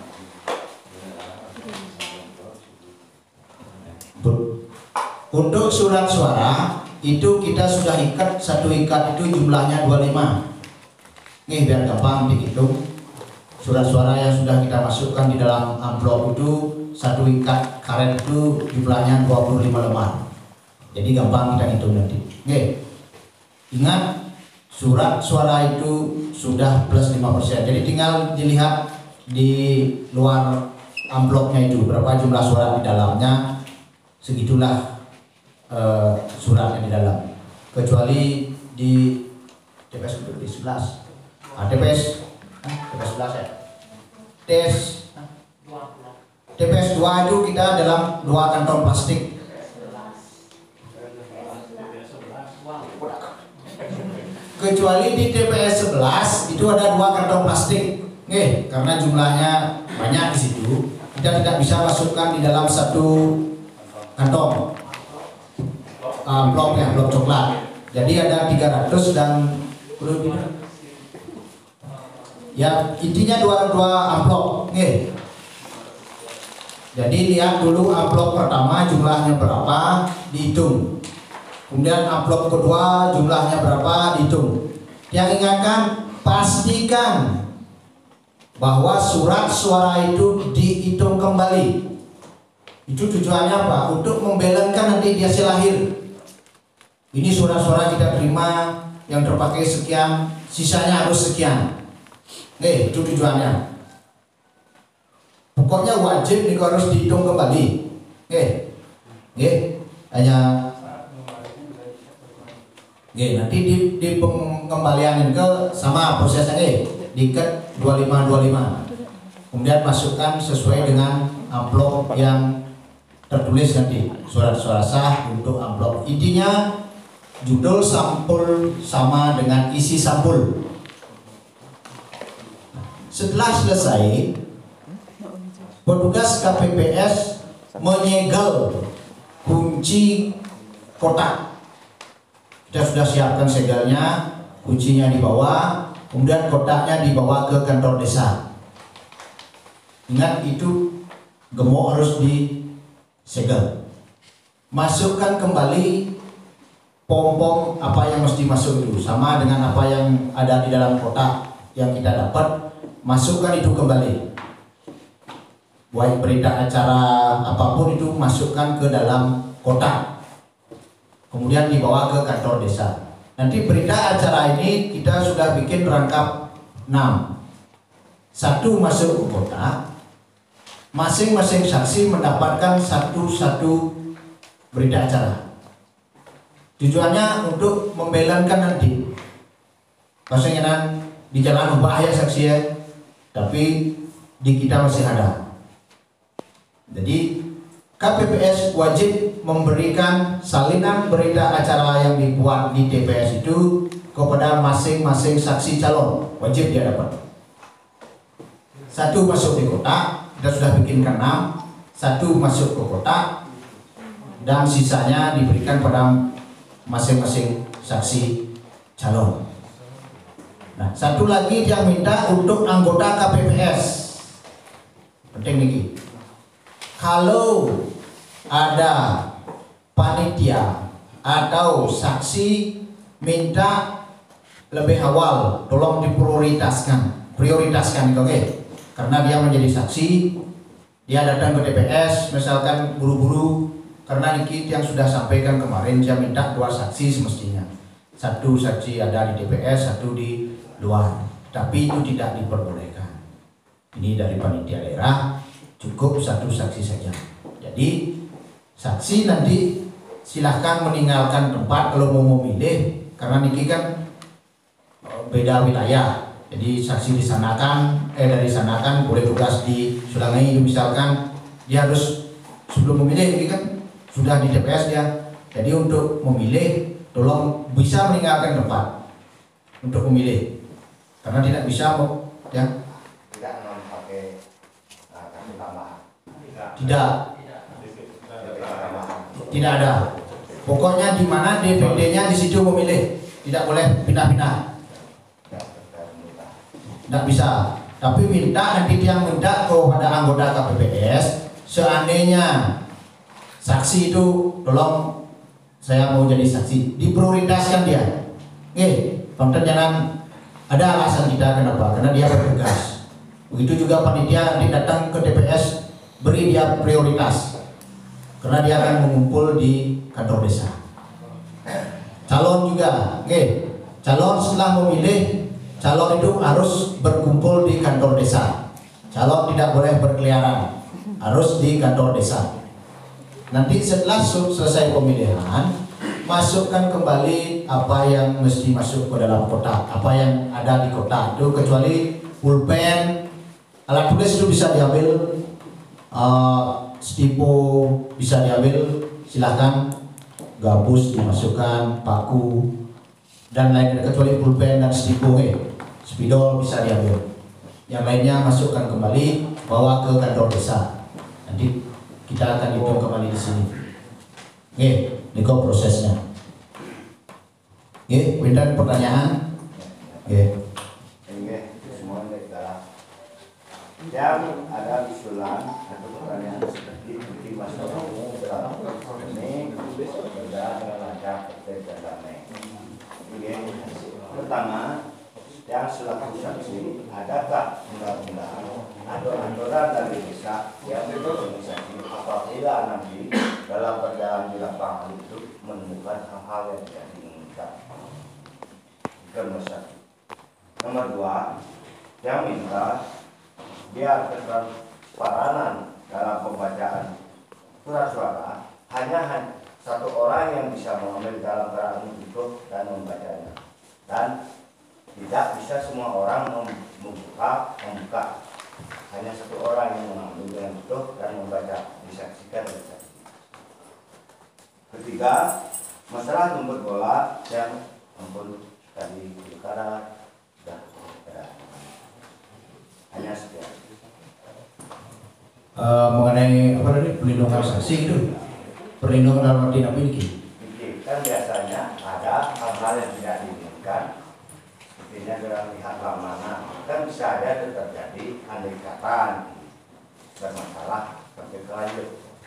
Untuk surat suara itu kita sudah ikat, satu ikat itu jumlahnya dua puluh lima. Nih biar gampang dihitung. Surat suara yang sudah kita masukkan di dalam amplop itu satu ikat karet itu jumlahnya dua puluh lima lembar. Jadi gampang kita hitung nanti. Nih, ingat surat suara itu sudah plus lima persen. Jadi tinggal dilihat di luar amplopnya itu berapa jumlah suara di dalamnya, segitulah Uh, suratnya di dalam, kecuali di T P S itu di sebelas, ah, T P S, ah, T P S sebelas ya, tes, T P S dua itu kita dalam dua kantong plastik, kecuali di T P S sebelas itu ada dua kantong plastik, nih karena jumlahnya banyak di situ, kita tidak bisa masukkan di dalam satu kantong. Uh, bloknya, blok coklat. Jadi ada tiga ratus dan ya intinya dua dua amplop. Nih. Jadi lihat dulu amplop pertama jumlahnya berapa, dihitung. Kemudian amplop kedua jumlahnya berapa, dihitung. Yang ingatkan, pastikan bahwa surat suara itu dihitung kembali. Itu tujuannya apa? Untuk membelengkan nanti di hasil akhir. Ini surat-surat kita terima yang terpakai sekian, sisanya harus sekian. Oke, itu tujuannya. Pokoknya wajib nih harus dihitung kembali. Oke, oke, hanya oke, nanti di, di pengembalian ke sama prosesnya eh diikat dua puluh lima dua puluh lima. Kemudian masukkan sesuai dengan amplop yang tertulis nanti surat-surat sah untuk amplop. Intinya judul sampul sama dengan isi sampul. Setelah selesai, petugas K P P S menyegel kunci kotak. Kita sudah siapkan segelnya, kuncinya dibawa, kemudian kotaknya dibawa ke kantor desa. Ingat itu gembok harus disegel. Masukkan kembali pom-pom apa yang mesti masuk itu, sama dengan apa yang ada di dalam kotak yang kita dapat. Masukkan itu kembali. Baik berita acara apapun itu masukkan ke dalam kotak. Kemudian dibawa ke kantor desa. Nanti berita acara ini kita sudah bikin rangkap enam. Satu masuk ke kotak. Masing-masing saksi mendapatkan satu-satu berita acara. Tujuannya untuk membelengkan nanti. Pasangan di jalan bahaya saksi ya, tapi di kita masih ada. Jadi K P P S wajib memberikan salinan berita acara yang dibuat di T P S itu kepada masing-masing saksi calon. Wajib dia dapat. Satu masuk di kotak. Kita sudah bikinkan enam, satu masuk ke kotak dan sisanya diberikan pada masing-masing saksi calon. Nah, satu lagi yang minta untuk anggota K P P S. Penting nih. Kalau ada panitia atau saksi minta lebih awal, tolong diprioritaskan, prioritaskan itu, oke? Karena dia menjadi saksi, dia datang ke T P S, misalkan buru-buru, karena Niki yang sudah sampaikan kemarin, dia minta dua saksi semestinya. Satu saksi ada di T P S, satu di luar. Tapi itu tidak diperbolehkan. Ini dari panitia daerah, cukup satu saksi saja. Jadi, saksi nanti silahkan meninggalkan tempat kalau mau memilih, karena Niki kan beda wilayah. Jadi saksi di sana kan, eh dari sana kan boleh tugas di Sulangai misalkan, dia harus sebelum memilih ini kan sudah di T P S dia. Jadi untuk memilih, tolong bisa meninggalkan tempat untuk memilih, karena tidak bisa ya. Tidak non pakai kartu tambahan. Tidak, tidak ada. Pokoknya di mana D P D-nya di situ memilih, tidak boleh pindah-pindah. Tidak bisa, tapi minta nanti dia minta kepada anggota K P P S, seandainya saksi itu tolong saya mau jadi saksi, diprioritaskan dia. Oke, konten jangan ada alasan kita kenapa, karena dia bertugas. Begitu juga panitia nanti datang ke T P S, beri dia prioritas, karena dia akan mengumpul di kantor desa. Calon juga, oke, calon setelah memilih, calon itu harus berkumpul di kantor desa. Calon tidak boleh berkeliaran, harus di kantor desa. Nanti setelah selesai pemilihan, masukkan kembali apa yang mesti masuk ke dalam kotak, apa yang ada di kotak itu, kecuali pulpen, alat tulis itu bisa diambil, uh, stipo bisa diambil, silahkan, gabus dimasukkan, paku dan lainnya, kecuali pulpen dan stipo, eh. Spidol bisa diambil. Yang lainnya masukkan kembali, bawa ke kantor desa. Nanti kita akan hitung kembali di sini. Oke, ini kok prosesnya. Oke, berikan pertanyaan. Oke. Oke, semua kita. Yang ada usulan atau pertanyaan seperti di masa lalu ini berjalan dengan lancar dan damai. Oke, pertama yang selaku saksi, adakah undang-undang atau aturan dari desa yang berorganisasi apabila nanti dalam perjalanan di lapangan itu menemukan hal-hal yang tidak diinginkan. Itu nomor satu. Nomor dua, yang minta biar ketransparan dalam pembacaan surat suara hanya satu orang yang bisa mengambil dalam peranan untuk dan membacanya, dan tidak bisa semua orang membuka membuka hanya satu orang yang mengambil dengan utuh dan membaca, disaksikan oleh saksi. Ketiga, masalah jemput bola yang ampun tadi perkara sudah ada. Hanya sekian. Uh, mengenai apa tadi perlindungan saksi itu, perlindungan dalam arti apa ini? Kan biasanya ada hal-hal yang tidak diinginkan. Sepertinya dalam lihat lamana kan bisa ada terjadi andai-kata bermasalah sampai ke lanjut,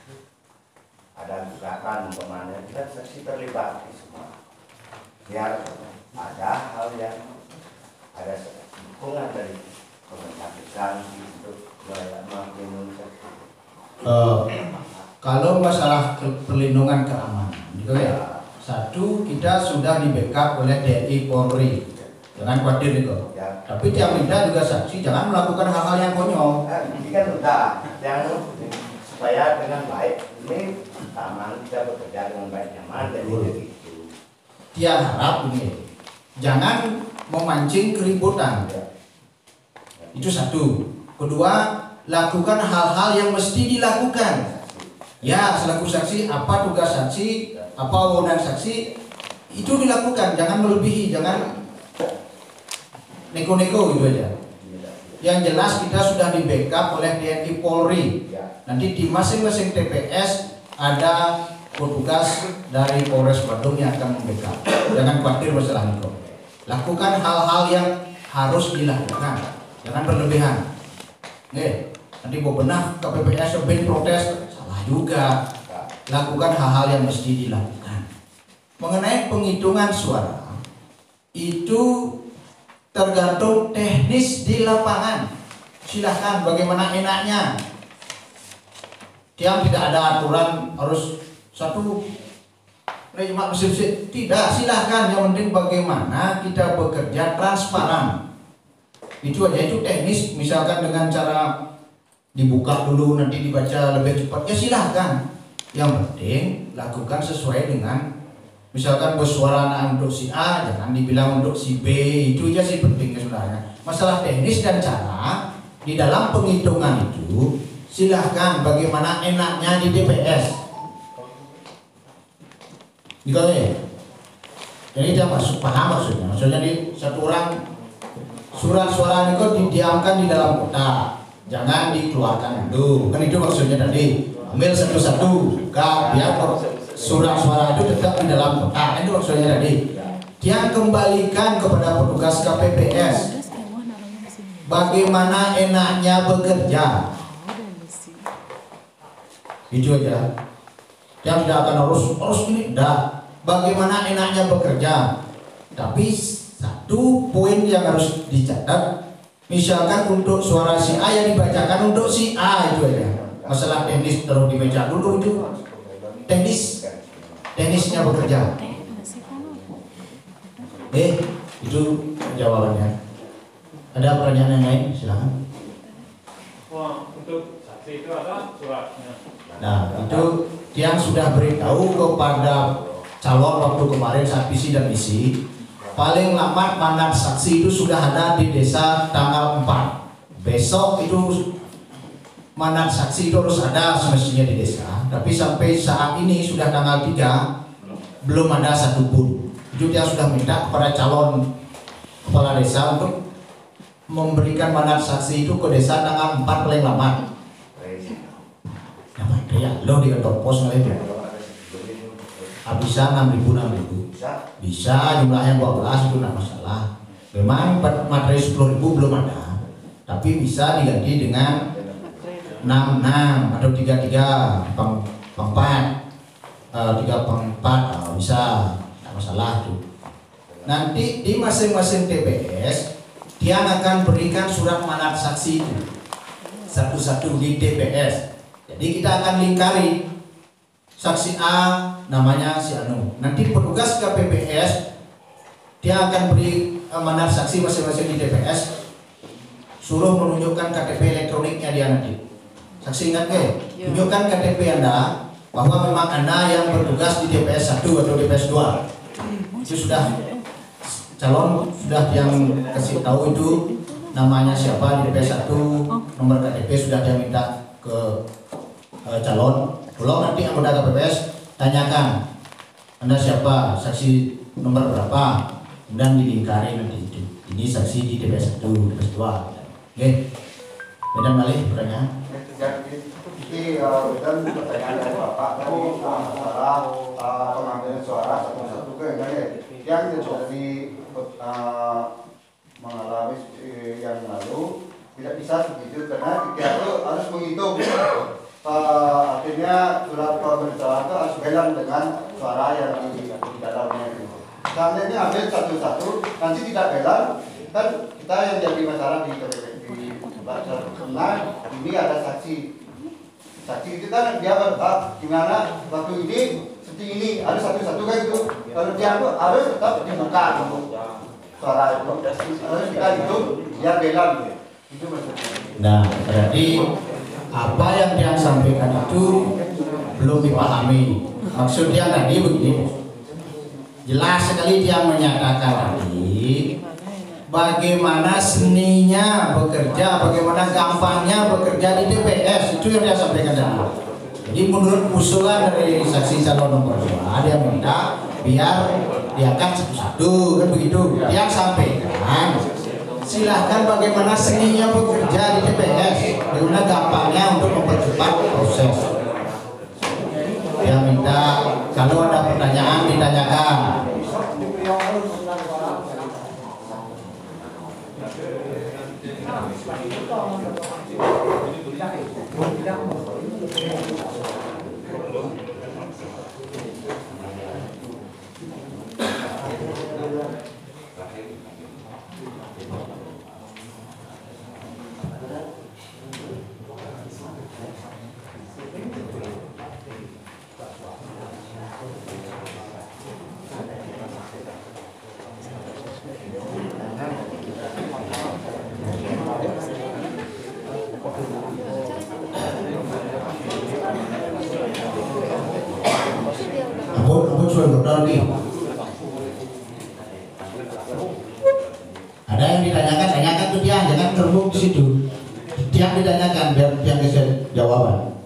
ada gugatan umpamanya, kita saksi terlibat di semua biar ada hal yang ada dukungan dari pemerintah desa untuk melindungi saksi. Uh, kalau masalah perlindungan keamanan gitu ya, satu kita sudah di backup oleh D N I Polri. Jangan khawatir itu. Ya. Tapi yang minta juga saksi jangan melakukan hal-hal yang konyol. Nah, ini kan udah yang supaya dengan baik ini aman, kita bekerja dengan baik nyaman jadi begitu. Dia harap ini jangan memancing keributan. Ya. Itu satu. Kedua, lakukan hal-hal yang mesti dilakukan. Ya, selaku saksi apa tugas saksi, apa wewenang saksi itu dilakukan, jangan melebihi, jangan neko-neko gitu aja. Yang jelas kita sudah di backup oleh D N I Polri. Nanti di masing-masing T P S ada petugas dari Polres Badung yang akan membackup. Jangan khawatir masalah itu. Lakukan hal-hal yang harus dilakukan, jangan berlebihan. Nih, nanti mau benar K P P S ben protes, salah juga. Lakukan hal-hal yang mesti dilakukan. Mengenai penghitungan suara itu tergantung teknis di lapangan. Silahkan bagaimana enaknya. Yang tidak ada aturan harus satu cuma bersih-bersih. Tidak, silahkan. Yang penting bagaimana kita bekerja transparan. Itu aja, itu teknis. Misalkan dengan cara dibuka dulu nanti dibaca lebih cepat, ya silahkan. Yang penting lakukan sesuai dengan, misalkan bersuara untuk si A jangan dibilang untuk si B. Itu aja sih pentingnya sebenarnya. Masalah teknis dan cara di dalam penghitungan itu silahkan bagaimana enaknya di T P S gitu ya. Jadi dia masuk paham maksudnya. Maksudnya di satu orang surat suara itu didiamkan di dalam kotak, jangan dikeluarkan dulu. Kan itu maksudnya tadi. Ambil satu-satu, gak biar surat suara itu tetap di dalam kotak. Itu maksudnya tadi. Dia kembalikan kepada petugas K P P S bagaimana enaknya bekerja. Itu aja. Dia tidak akan harus harus ini, enggak. Bagaimana enaknya bekerja. Tapi satu poin yang harus dicatat, misalkan untuk suara si A yang dibacakan untuk si A, itu aja. Masalah teknis terus dibaca dulu itu teknis teknisnya bekerja. Eh itu jawabannya. Ada pertanyaan yang lain? Silakan. Wah, untuk saksi itu ada suratnya. Nah itu yang sudah beritahu kepada calon waktu kemarin saat visi dan misi, paling lambat mandat saksi itu sudah ada di desa tanggal empat. Besok itu mandat saksi itu harus ada semestinya di desa, tapi sampai saat ini sudah tanggal tiga belum ada satupun. Itu dia sudah minta kepada calon kepala desa untuk memberikan mandat saksi itu ke desa tanggal empat paling lambat. Nama dia lo di kantor pos ngelih. Bisa enam ribu enam ribu. Bisa jumlahnya dua belas itu tidak masalah. Memang materi sepuluh ribu belum ada, tapi bisa diganti dengan enam enam atau tiga tiga empat tiga empat bisa, tidak masalah tuh. Nanti di masing-masing T P S dia akan berikan surat manat saksi itu satu-satu di T P S. Jadi kita akan lingkari saksi A namanya si Anu. Nanti petugas K P P S dia akan beri manat saksi masing-masing di T P S, suruh menunjukkan K T P elektroniknya dia nanti. Saksi ingat ke? Tunjukkan K T P Anda bahwa memang Anda yang bertugas di T P S satu atau T P S dua. Itu sudah calon sudah yang kasih tahu itu namanya siapa di T P S satu, nomor K T P sudah dia minta ke uh, calon. Kalau nanti anggota K P P S tanyakan Anda siapa, saksi nomor berapa, dan dilingkari nanti itu. Ini saksi di T P S satu, T P S dua. Oke. Medan balik pertanyaan. Jadi dan pertanyaan dari Bapak tadi masalah pengambilan suara satu-satu ke yang jadi mengalami yang lalu tidak bisa begitu karena kita itu harus menghitung akhirnya surat pemberitahuan itu harus belan dengan suara yang di, di dalamnya itu. Seandainya ambil satu-satu nanti tidak belan kan kita yang jadi masalah di karena ini ada saksi. Saksi itu kan dia berhak gimana waktu ini seperti ini ada satu-satu kan itu. Kalau dia harus tetap dibuka untuk suara itu harus kita hitung dia belan itu maksudnya. Nah berarti apa yang dia sampaikan itu belum dipahami. Maksud dia tadi begini, jelas sekali dia menyatakan tadi bagaimana seninya bekerja, bagaimana gampangnya bekerja di T P S, itu yang dia sampaikan tadi. Jadi menurut usulan dari saksi calon nomor dua, dia minta biar diangkat satu-satu kan begitu. Dia sampaikan silahkan bagaimana seninya bekerja di T P S, bagaimana gampangnya untuk mempercepat proses. Dia minta kalau ada pertanyaan ditanyakan. Ada yang ditanyakan, tanyakan tuh dia, jangan terhubung di situ. Dia ditanyakan biar dia bisa jawaban.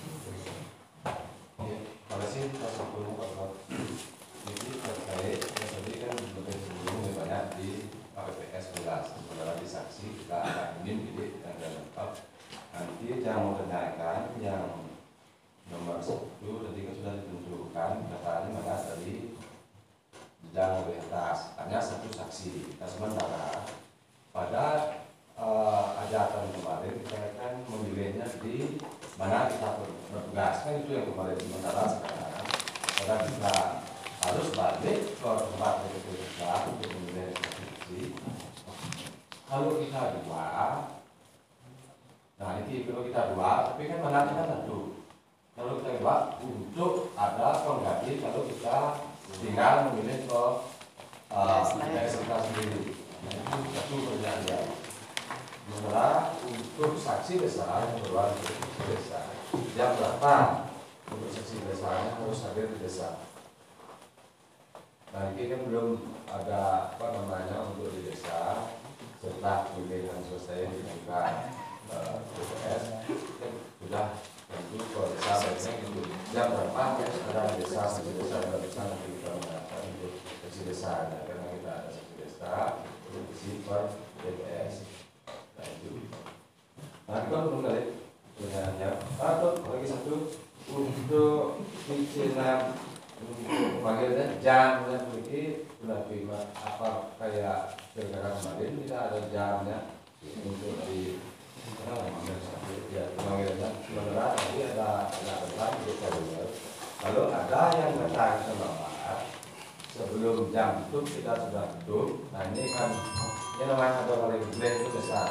Yang di atas hanya satu saksi. Nah, sementara pada uh, ajatan kemarin kita kan memilihnya di mana kita bertugas kan itu yang kemarin. Sementara sekarang pada kita harus balik ke tempat itu untuk memilih saksi. Kalau kita dua, nah ini kalau kita dua, tapi kan mana kita satu. Kalau kita dua untuk ada pengganti kalau kita tinggal memilih ke uh, kita sendiri. Itu satu kerjaan dia. Sementara untuk saksi desa yang berluar di desa, jam berapa untuk saksi desanya harus hadir di desa. Nah ini kan belum ada apa namanya untuk di desa. Setelah pemilihan selesai dibuka uh, P P S kan sudah tentu ke desa baiknya itu jam berapa ada desa saksi desa ada desa nanti kita mengatakan untuk saksi desa karena kita ada saksi desa untuk isi per P P S. Nah itu. Nah kita belum kali pertanyaannya. Atau lagi satu untuk pimpinan panggilnya jam dan begini sudah terima apa kayak pilkada kemarin kita ada jamnya untuk di ya panggilnya sebenarnya tadi ada ada tentang kita dengar kalau ada yang datang selamat sebelum jam itu kita sudah tutup. Nah ini kan Ini namanya ada oleh gede itu besar.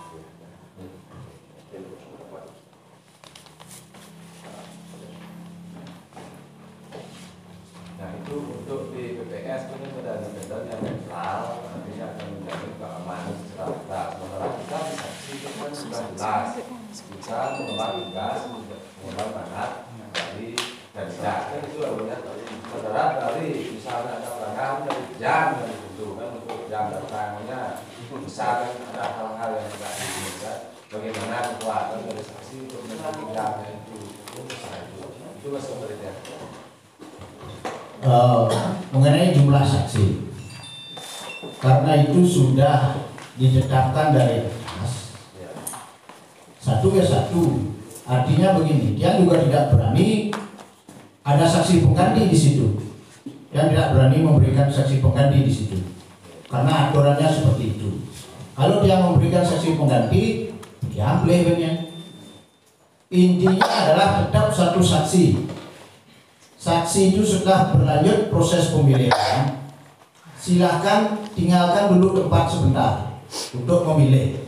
Nah itu untuk di P P S itu sudah ada metode yang netral, artinya akan menjamin keamanan secara kita. Sementara kita di saksi itu kan sudah jelas, kita mengemban tugas, mengemban mandat dari dari jam itu lalunya. Saudara dari misalnya ada pelanggaran dari jam yang dibutuhkan untuk jam datangnya, misalnya ada hal-hal yang tidak diinginkan, bagaimana kekuatan dari saksi untuk menjadi jamnya itu, itu masih sebenarnya. Uh, mengenai jumlah saksi, karena itu sudah ditetapkan dari atas satu ya satu, artinya begini, dia juga tidak berani ada saksi pengganti di situ, dia tidak berani memberikan saksi pengganti di situ, karena aturannya seperti itu. Kalau dia memberikan saksi pengganti, dia ambilnya. Intinya adalah tetap satu saksi. Saksi itu sudah berlanjut proses pemilihan, silahkan tinggalkan dulu tempat sebentar untuk memilih.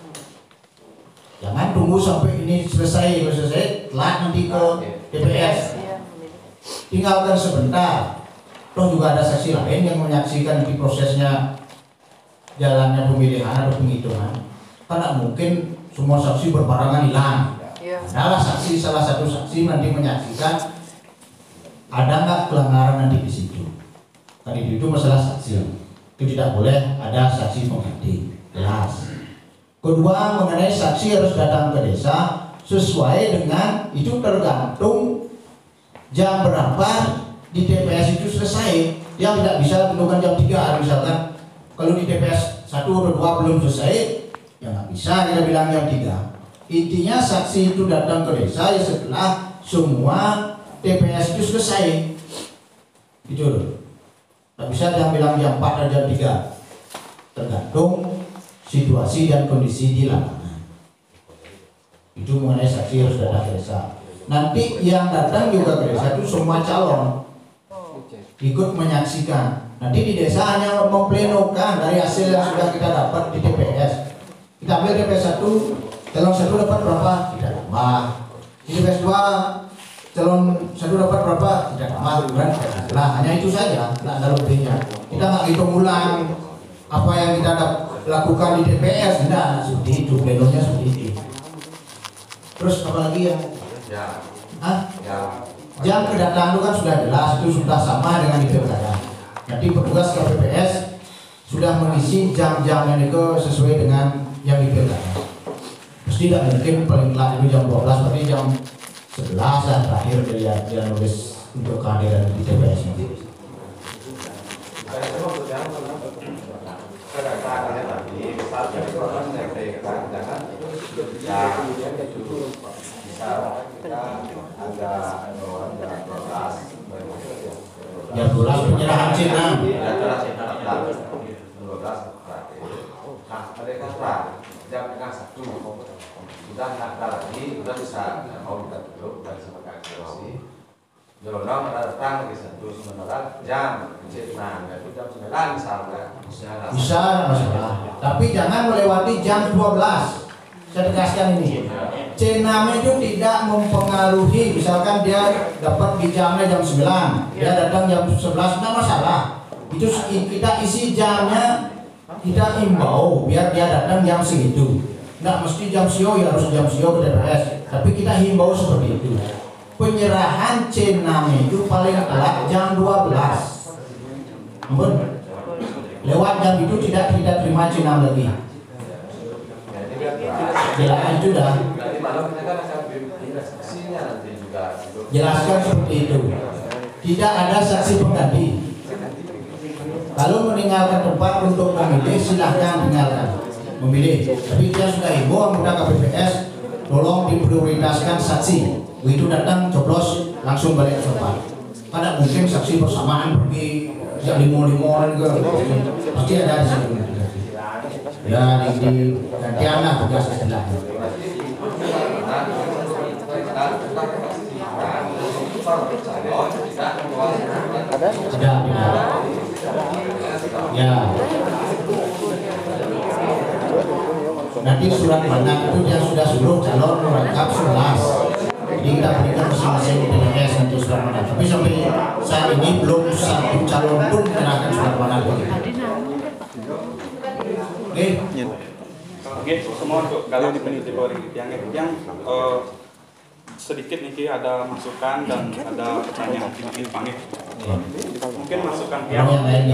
Jangan tunggu sampai ini selesai, selesai, telat nanti ke T P S. Tinggalkan sebentar. Toh juga ada saksi lain yang menyaksikan di prosesnya jalannya pemilihan atau penghitungan. Karena mungkin semua saksi berbarengan hilang. Adalah saksi, salah satu saksi nanti menyaksikan ada nggak pelanggaran nanti di situ. Tadi itu masalah saksi, itu tidak boleh ada saksi pengganti, jelas. Kedua, mengenai saksi harus datang ke desa sesuai dengan itu tergantung jam berapa di T P S itu selesai. Dia tidak bisa tentukan jam tiga misalkan. Kalau di T P S satu atau dua belum selesai, ya nggak bisa kita bilang jam tiga. Intinya saksi itu datang ke desa ya setelah semua T P S itu selesai, gitu loh. Tak bisa dia bilang jam empat dan jam tiga, tergantung situasi dan kondisi di lapangan. Itu mengenai saksi harus datang ke desa. Nanti yang datang juga ke desa itu semua calon ikut menyaksikan. Nanti di desa hanya memplenokan dari hasil yang sudah kita dapat di T P S. Kita ambil T P S satu, calon satu dapat berapa? Tidak tambah. Di T P S dua calon satu dapat berapa? Tidak tambah, kan? Nah, hanya itu saja, tidak ada lebihnya. Kita nggak hitung ulang apa yang kita lakukan di T P S, tidak seperti itu, plenonya seperti itu. Terus apa lagi yang? Ya. Hah? Ya. Jam kedatangan itu kan sudah jelas, itu sudah sama dengan di pilkada. Nanti petugas K P P S sudah mengisi jam-jamnya itu sesuai dengan yang di pilkada. Mesti tidak mungkin paling telat itu jam dua belas, berarti jam sebelas dan terakhir dia dia nulis untuk kehadiran di T P S nanti. Kedatangannya tadi, misalnya itu orang menyampaikan, jangan ya itu bisa kita ada orang jam dua belas, Jam dua belas penyerahan Cina. jam dua belas terakhir. Nah, mereka kan jam tengah satu. Sudah nggak ada lagi, sudah bisa mau kita duduk dan sebagai aksi. Jolong datang lagi satu sementara jam enam, itu jam sembilan misalnya. Bisa masalah, tapi jangan melewati jam dua belas. Saya tegaskan ini. C enam itu tidak mempengaruhi, misalkan dia dapat di jamnya jam sembilan, dia datang jam sebelas, tidak masalah. Itu kita isi jamnya, kita imbau biar dia datang jam segitu. Nggak mesti jam sio ya harus jam sio ke T P S, tapi kita himbau seperti itu. Penyerahan C enam itu paling telat jam dua belas. Ampun, lewat jam itu tidak tidak terima C enam lagi. Jelas itu dah. Jelaskan seperti itu. Tidak ada saksi pengganti. Kalau meninggalkan tempat untuk memilih, silahkan tinggalkan memilih. Tapi dia sudah himbau anggota K P P S, tolong diprioritaskan saksi. Begitu datang coblos langsung balik ke tempat. Karena mungkin saksi bersamaan pergi jam lima lima juga. Pasti ada di sini. Ya, di, di ganti anak tugas setelah. Ada? Tidak, tidak. Ya. Nanti surat mana itu yang sudah seluruh calon lengkap sebelas. Jadi kita berikan masing-masing P P S nanti surat mana. Tapi sampai saat ini belum satu calon pun menyerahkan surat mana. Oke. Oke, semua untuk kalian di peneliti yang yang uh, sedikit nih ada masukan dan ada pertanyaan sedikit panggil. Mungkin masukan tiang.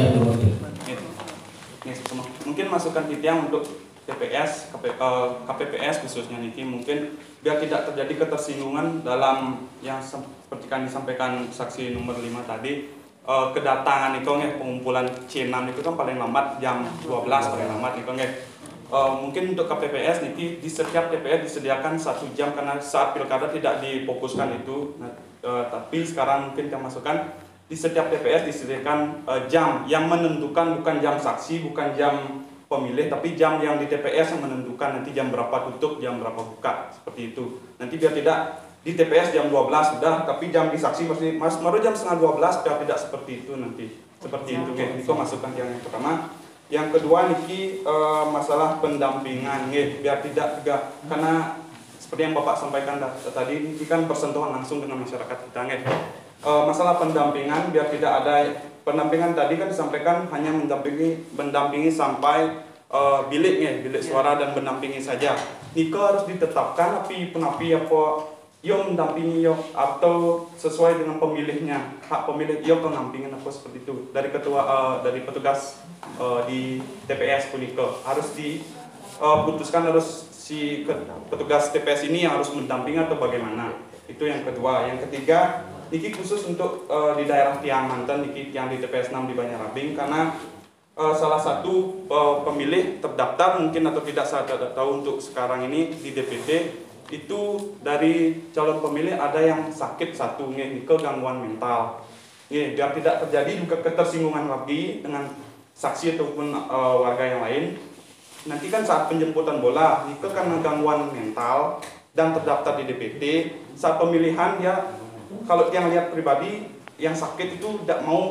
Mungkin masukan tiang untuk T P S, K P P S khususnya Niki mungkin biar tidak terjadi ketersinggungan dalam yang seperti yang disampaikan saksi nomor lima tadi, uh, kedatangan itu ya pengumpulan C enam itu kan paling lambat jam dua belas paling lambat itu ya. Uh, mungkin untuk K P P S Niki di setiap T P S disediakan satu jam karena saat pilkada tidak difokuskan itu. Nah, uh, tapi sekarang mungkin kita masukkan di setiap T P S disediakan uh, jam yang menentukan bukan jam saksi, bukan jam pemilih, tapi jam yang di T P S yang menentukan nanti jam berapa tutup, jam berapa buka, seperti itu. Nanti biar tidak di T P S jam dua belas sudah, tapi jam di saksi masih mas baru jam setengah dua belas, biar tidak seperti itu nanti. Seperti itu, ya. Itu masukan yang pertama. Yang kedua niki e, masalah pendampingan, ya. Biar tidak juga karena seperti yang Bapak sampaikan tadi, niki kan bersentuhan langsung dengan masyarakat kita, ya. E, masalah pendampingan biar tidak ada pendampingan tadi kan disampaikan hanya mendampingi mendampingi sampai e, biliknya, bilik suara dan mendampingi saja. Nika harus ditetapkan api penapi apa yo mendampingi yo atau sesuai dengan pemilihnya, hak pemilih yo pendampingan apa seperti itu dari ketua uh, dari petugas uh, di T P S Punika harus diputuskan uh, harus si petugas T P S ini yang harus mendampingi atau bagaimana. Itu yang kedua. Yang ketiga niki khusus untuk uh, di daerah Tiang Manten niki yang di T P S enam di Banjarabing karena uh, salah satu uh, pemilih terdaftar mungkin atau tidak saya tidak tahu untuk sekarang ini di D P T itu dari calon pemilih ada yang sakit satu nih ke gangguan mental. Nih, biar tidak terjadi juga ketersinggungan lagi dengan saksi ataupun uh, warga yang lain. Nanti kan saat penjemputan bola, nih karena gangguan mental dan terdaftar di D P T, saat pemilihan dia kalau dia lihat pribadi yang sakit itu tidak mau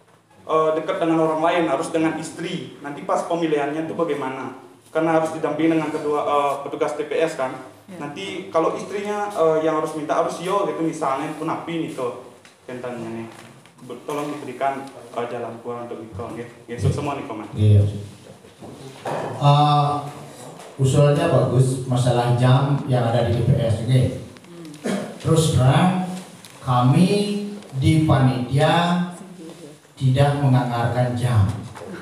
uh, dekat dengan orang lain, harus dengan istri. Nanti pas pemilihannya itu bagaimana? Karena harus didampingi dengan kedua uh, petugas T P S kan. Nanti kalau istrinya uh, yang harus minta harus yo gitu misalnya pun api nih ke kentannya nih, tolong diberikan uh, jalan keluar untuk Niko, ya. Yesus semua nih komen. Iya. Uh, usulnya bagus masalah jam yang ada di T P S, oke. Okay. Terus terang kami di panitia tidak menganggarkan jam.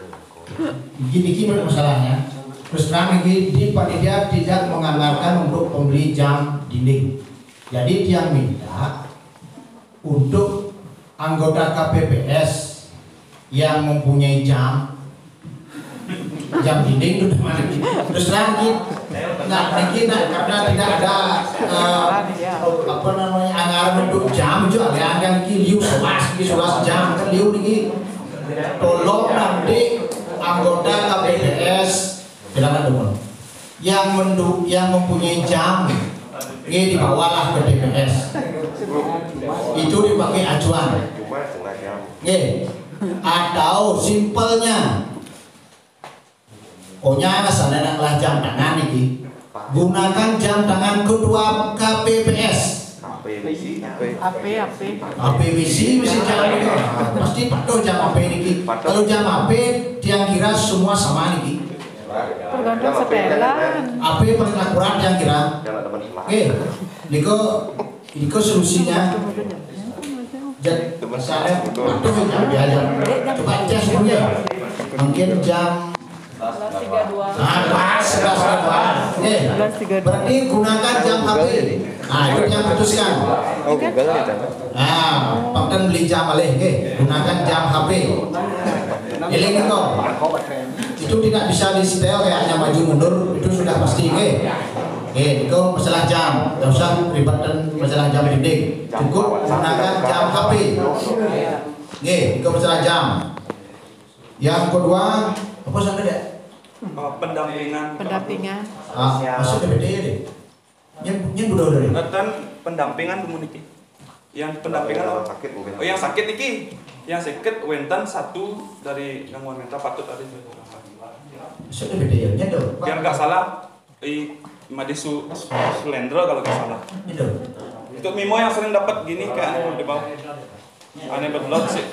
Gini-gini masalahnya. Terus terang lagi di panitia tidak menganggarkan untuk pembeli jam dinding. Jadi dia minta untuk anggota K P P S yang mempunyai jam jam dinding itu mana? Terus terang lagi, nah lagi nah, karena tidak ada uh, apa namanya anggaran untuk jam juga ya kan lagi liu selas selas jam kan liu lagi. Tolong nanti anggota K P P S silakan dulu. Yang mendu, yang mempunyai jam, ini dibawalah ke T P S. Itu dipakai acuan. Oke. Atau simpelnya, pokoknya sana naklah jam tangan ini. Gunakan jam tangan ketua K P P S. A P A P A P W C mesti jam ini. Pasti patuh jam A P ini. Kalau jam A P dia kira semua sama ini. tergantung setelan. Apa yang paling akurat yang kira? Oke, Niko, Niko solusinya. Jadi misalnya waktu yang diajar, coba cek sebelumnya. Mungkin jam sebelas tiga puluh dua. Ah, pas sebelas tiga puluh dua. Oke, berarti gunakan jam H P. Nah, itu yang putuskan. Oh, Google kita. Nah, pakten beli jam alih, oke. Gunakan jam H P. Eling Niko. Itu tidak bisa di setel kayaknya maju mundur, itu sudah pasti, oke. Oke, itu masalah jam, tidak usah ribet dan masalah jam dinding. Cukup gunakan jam H P. Oke, itu masalah jam. Yang kedua, apa sampai deh? Oh, pendampingan. Pendampingan. Ah, masuk ke B D ya deh. Yang yang udah udah deh. Dan pendampingan komuniti. Yang pendampingan sakit mungkin. Oh, yang sakit niki. Yang sakit wentan satu dari gangguan mental patut ada. Masuk ke B D ya, nya dong. Biar nggak salah, I Madesu Sulendra kalau nggak salah. Itu. Itu Mimo yang sering dapat gini kayak di bawah. Aneh berlot sih.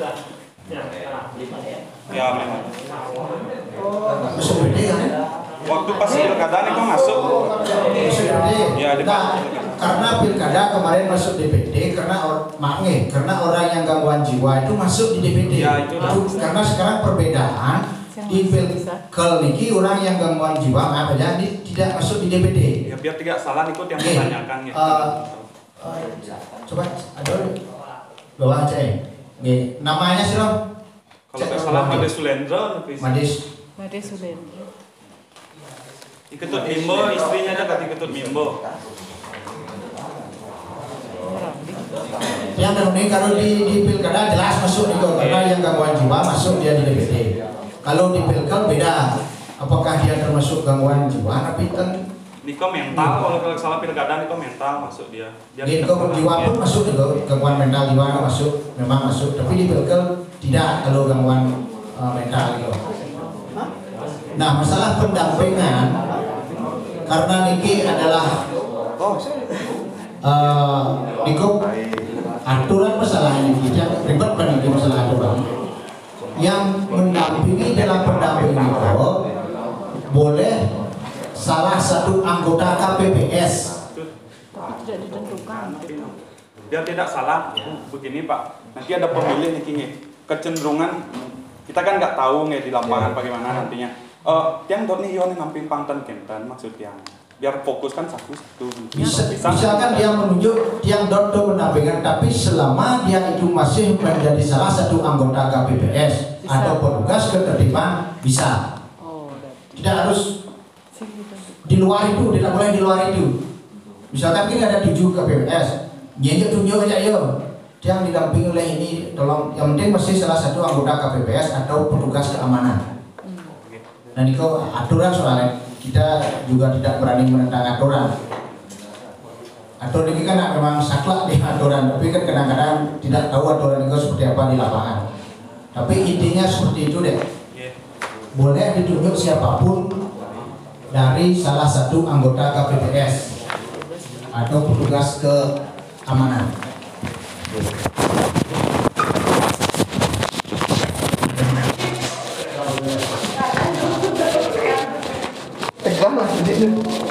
Ya memang. Masuk gede kan? Waktu pas pilkada nih kok masuk. Masuk gede. Ya di Nah, karena pilkada kemarin masuk D P D karena or, maaf nih, karena orang yang gangguan jiwa itu masuk di D P D. Ya, itu dah. Karena sekarang perbedaan di pilkel niki orang yang gangguan jiwa maaf aja di, tidak masuk di D P D. Ya biar tidak salah ikut yang Oke. ditanyakan gitu. Uh, uh, coba aduh bawah aja ya. Oke, namanya sih Rom? Kalau nggak salah Made Sulendra tapi Madis. Made Sulendra. Iketut Mimbo, istrinya ada kati Iketut Mimbo. Yang ini kalau di, di pilkada jelas masuk itu karena yang gangguan jiwa masuk dia di D P D. Kalau di pilkel beda. Apakah dia termasuk gangguan jiwa? Tapi kan Niko mental, kalau kalau salah pilkada Niko mental masuk dia. Dia di tidak jiwa pernah- pun masuk itu, gangguan mental jiwa masuk, memang masuk. Tapi di pilkel tidak kalau gangguan uh, mental itu. Nah masalah pendampingan karena Niki adalah uh, Niko aturan masalah ini tidak ribet kan ini masalah aturan yang mendampingi dalam pendampingan itu boleh salah satu anggota K P P S. Tapi tidak ditentukan. Biar tidak salah, begini Pak, nanti ada pemilih nih King, kecenderungan kita kan nggak tahu nih di lapangan bagaimana nantinya. Eh, tiang dot nih yon namping pangtan kenten maksud tiang. Biar fokus kan satu-satu. Bisa, misalkan dia menunjuk tiang dot itu pendampingan, tapi selama dia itu masih menjadi salah satu anggota K P P S Bisa. atau petugas ketertiban bisa. Oh, berarti. Tidak harus Sih ditentukan. di luar itu, tidak boleh di luar itu. Misalkan kita ada tujuh K P P S, nyanyi tunjuk aja yo. Yang didampingi oleh ini, tolong. Yang penting masih salah satu anggota K P P S atau petugas keamanan. Dan itu aturan soalnya kita juga tidak berani menentang aturan. Aturan ini kan memang saklek di aturan, tapi kan kadang-kadang tidak tahu aturan itu seperti apa di lapangan. Tapi intinya seperti itu deh. Boleh ditunjuk siapapun dari salah satu anggota K P P S atau petugas keamanan. Tegang lah ini.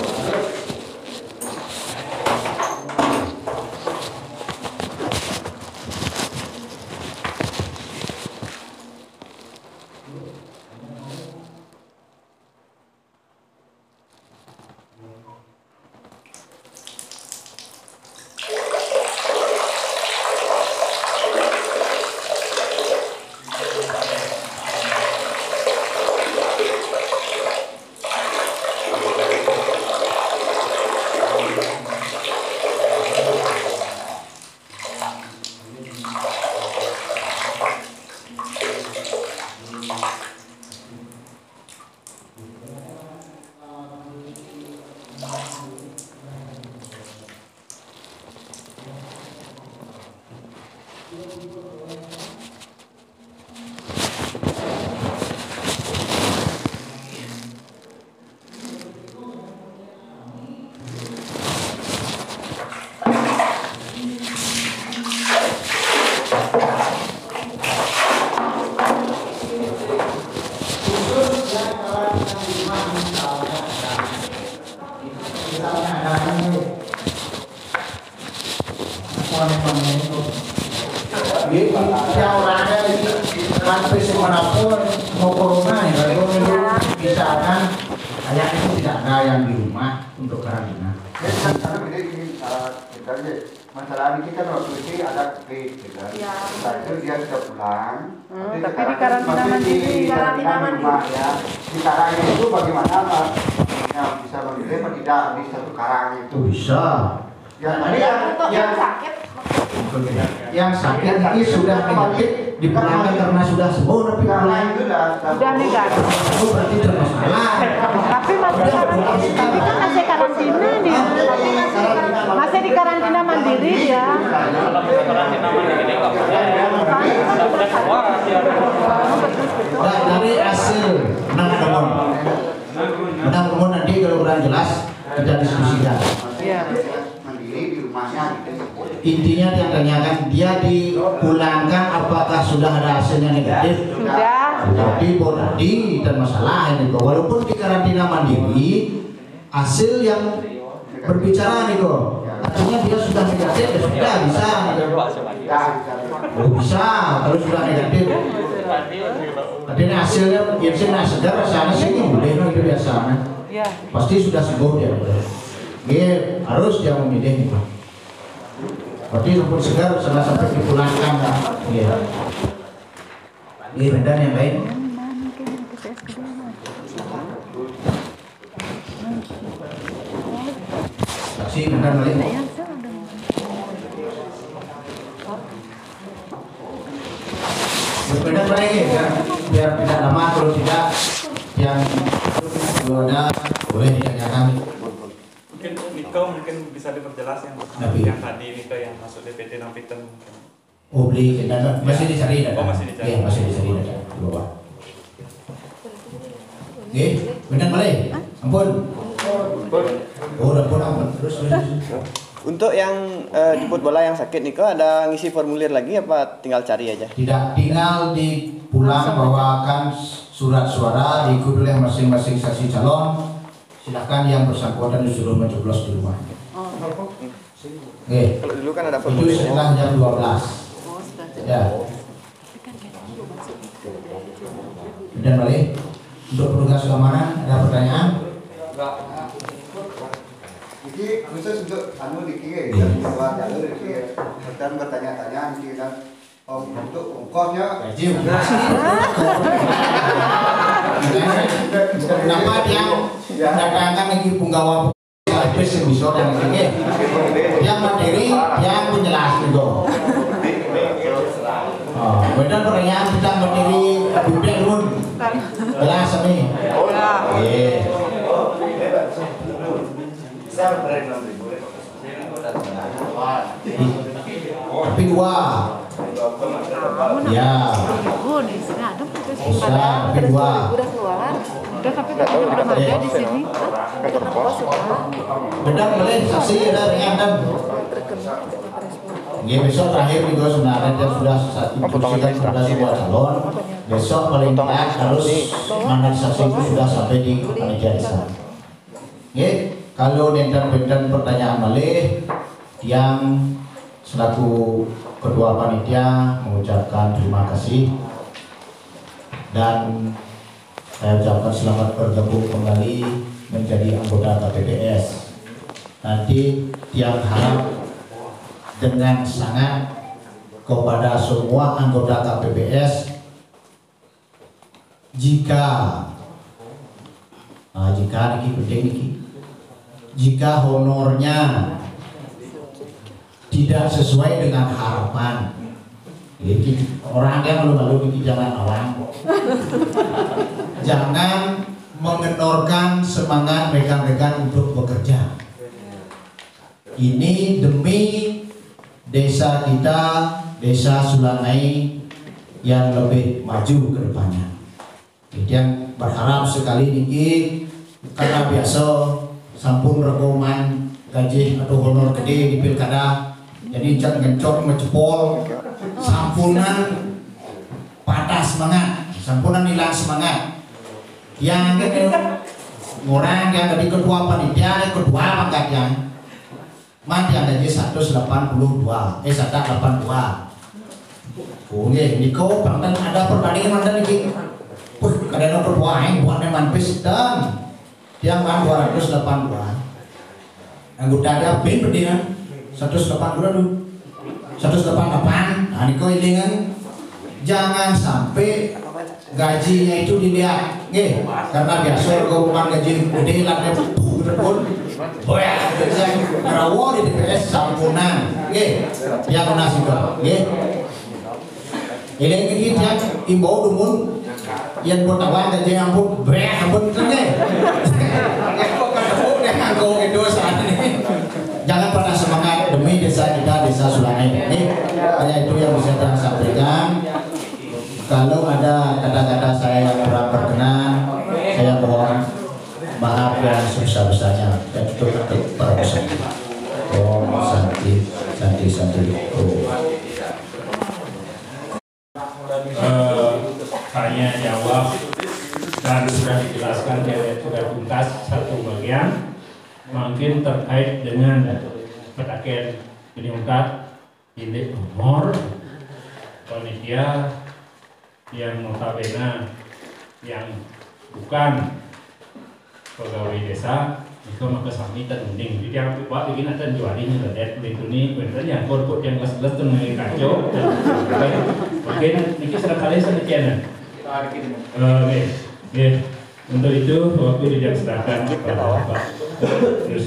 Masalah ini kan waktu itu ada klik, gitu kan. Ya. Setelah itu dia sudah pulang. Hmm, Tapi tapi sekarang di karantina masih mandiri, di karantina karantina mandiri. rumah, ya. Di karangnya itu bagaimana Pak? Ya, bisa memilih atau tidak di satu karang itu? Bisa. Ya, tadi yang, Untuk yang yang sakit, Yang sakit ini sudah negatif dipulangkan karena sudah sembuh tapi karang pulang itu sudah udah negatif. itu berarti bermasalah. Tapi masih karantina, tapi kan masih karantina dia. Masih di karantina mandiri dia. Karantina mandiri dia nggak boleh, nggak boleh keluar dia. Nah, dari hasil enam temuan enam temuan nanti nanti kalau kurang jelas kita diskusikan. Iya. Mandiri di rumahnya gitu. Intinya yang tanyakan dia dipulangkan apakah sudah ada hasilnya negatif? Sudah. Tapi tadi dan masalah ini kok. Walaupun di karantina mandiri hasil yang berbicara nih kok. Artinya dia sudah negatif ya sudah bisa. Oh bisa kalau sudah negatif. Artinya hasilnya yang saya segar sana sini boleh itu biasanya. Iya. Pasti sudah sembuh dia. Dia harus dia memilih itu. Berarti rumput segar sudah sampai dipulangkan lah. Iya. Ini medan yang lain. Saksi medan lain. Medan lain ya, biar tidak lama kalau tidak yang kalau ada boleh ditanyakan. Mungkin Niko mungkin bisa diperjelas yang Tapi- yang tadi Niko yang masuk D P T Nampiten mungkin. Oh beli data masih dicari data. Oh, masih dicari. Iya, masih dicari data di bawah. Oke, benar boleh. Ampun. Oh, ampun ampun. Terus terus. Untuk yang eh, jemput bola yang sakit Niko ada ngisi formulir lagi apa tinggal cari aja? Tidak, tinggal di pulang bawakan surat suara diikuti oleh masing-masing saksi calon. Silakan yang bersangkutan disuruh mencoblos di rumah. Oke. Kalau dulu kan ada Itu formulirnya. setelah jam dua belas. Ya. Dan balik untuk petugas keamanan ada pertanyaan? Jadi khusus untuk anu dikira ya, bahwa jalur dikira dan bertanya-tanya mungkin kan oh, untuk ongkosnya. Gaji. Kenapa dia mendatangkan lagi penggawa habis bisa dan lain yang mandiri, yang penjelas itu. Oh, benar pertanyaan kita mandiri bibir pun jelas nih. Oke. Tapi dua. Ya. Bisa, tapi dua. Udah keluar. Udah tapi katanya belum ada di sini. Benar boleh saksi ada ringan. Ya besok terakhir juga sebenarnya dia sudah instruksikan kepada semua calon. Besok paling tidak harus mandat saksi itu sudah sampai di panitia desa. Oke, kalau nenten-nenten pertanyaan malih yang selaku ketua panitia mengucapkan terima kasih dan saya ucapkan selamat bergabung kembali menjadi anggota K P P S. Nanti yang harap dengan sangat kepada semua anggota K P P S jika nah, jika ini penting ini jika honornya tidak sesuai dengan harapan, jadi orang yang lalu-lalu di jalan orang, jangan mengenorkan semangat rekan-rekan untuk bekerja. Ini demi desa kita, desa Sulangai yang lebih maju ke depannya. Jadi yang berharap sekali ini karena biasa sampun rekoman gaji atau honor gede di pilkada, jadi jangan ngencok mencepol, sampunan patah semangat, sampunan hilang semangat. Yang orang yang tadi ketua panitia, kedua pangkatnya, man yang gaji seratus delapan puluh dua, eh seratus delapan puluh dua. Oh iya, Niko pernah ada perbandingan mana lagi? Wah, kadang kedua yang buat manpis dan yang man dua ratus delapan puluh dua. Anggota ada bin berdiri seratus delapan puluh dua, seratus delapan puluh delapan. Nah, Niko ilingan jangan sampai gajinya itu dilihat, nggih, karena biasa gabungan gaji gede latnya pun, oh ya, yang rawo di D P S sampunan, nggih, yang kena juga, nggih. Ini ini yang imbau dumun, yang bertawan gaji ampun, breh ampun, nggih. Kok ketemu deh aku itu saat ini. Jangan pernah semangat demi desa kita, desa Sulangai, nggih. Hanya itu yang bisa saya sampaikan. Kalau ada kata-kata saya yang kurang berkenan, saya mohon maaf yang sebesar-besarnya dan untuk perusahaan. Oh, Santi, Santi, Santi. Oh. Uh, hanya jawab dan sudah dijelaskan dari sudah tuntas satu bagian mungkin terkait dengan pedakian peningkat ini umur panitia yang notabene yang bukan pegawai desa itu maka sami terunding jadi yang buat begini ada jualin ngedet itu nih bener yang korpot yang kelas-kelas tuh ngelih kacau mungkin ini sudah kali sana channel oke oke untuk itu waktu dijelaskan kepada Pak terus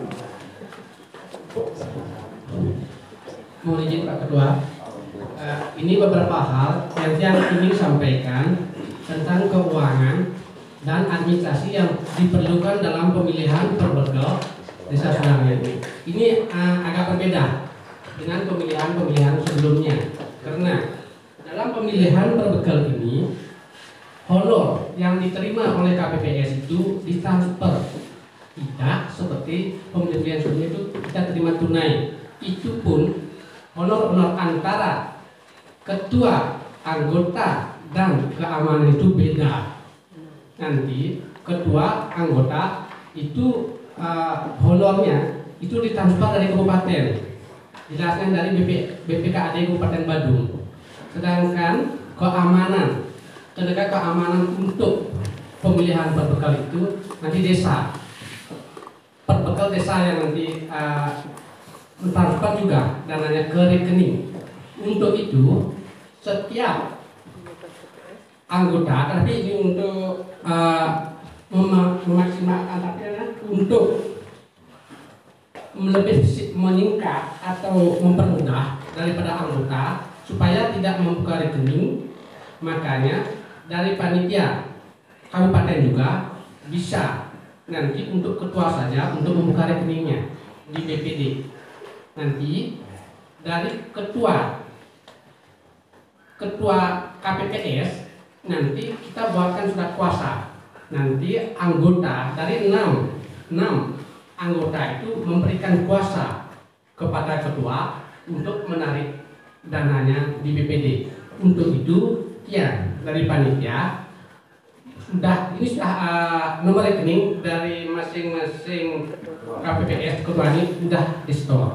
mohon izin Pak Ketua uh, ini beberapa hal yang saya ingin sampaikan tentang keuangan dan administrasi yang diperlukan dalam pemilihan perbekel desa Sundangan. Ini uh, agak berbeda dengan pemilihan-pemilihan sebelumnya karena dalam pemilihan perbekel ini honor yang diterima oleh K P P S itu ditransfer, tidak seperti pemilihan sebelumnya itu kita terima tunai. Itu pun honor-honor antara ketua, anggota, dan keamanan itu beda. Nanti ketua, anggota itu uh, honornya itu ditransfer dari kabupaten, jelaskan dari B P K A D Kabupaten Badung. Sedangkan keamanan, tenaga keamanan untuk pemilihan perbekal itu nanti desa, perbekal desa yang nanti uh, mentransfer juga dananya ke rekening. Untuk itu setiap anggota, tapi ini untuk uh, mem memaksimalkan tapi untuk lebih meningkat atau mempermudah daripada anggota supaya tidak membuka rekening, makanya dari panitia kabupaten juga bisa nanti untuk ketua saja untuk membuka rekeningnya di B P D. Nanti dari ketua ketua K P P S nanti kita buatkan surat kuasa. Nanti anggota dari enam enam anggota itu memberikan kuasa kepada ketua untuk menarik dananya di B P D. Untuk itu ya dari panitia sudah ini sudah uh, nomor rekening dari masing-masing K P P S ketua ini sudah di store.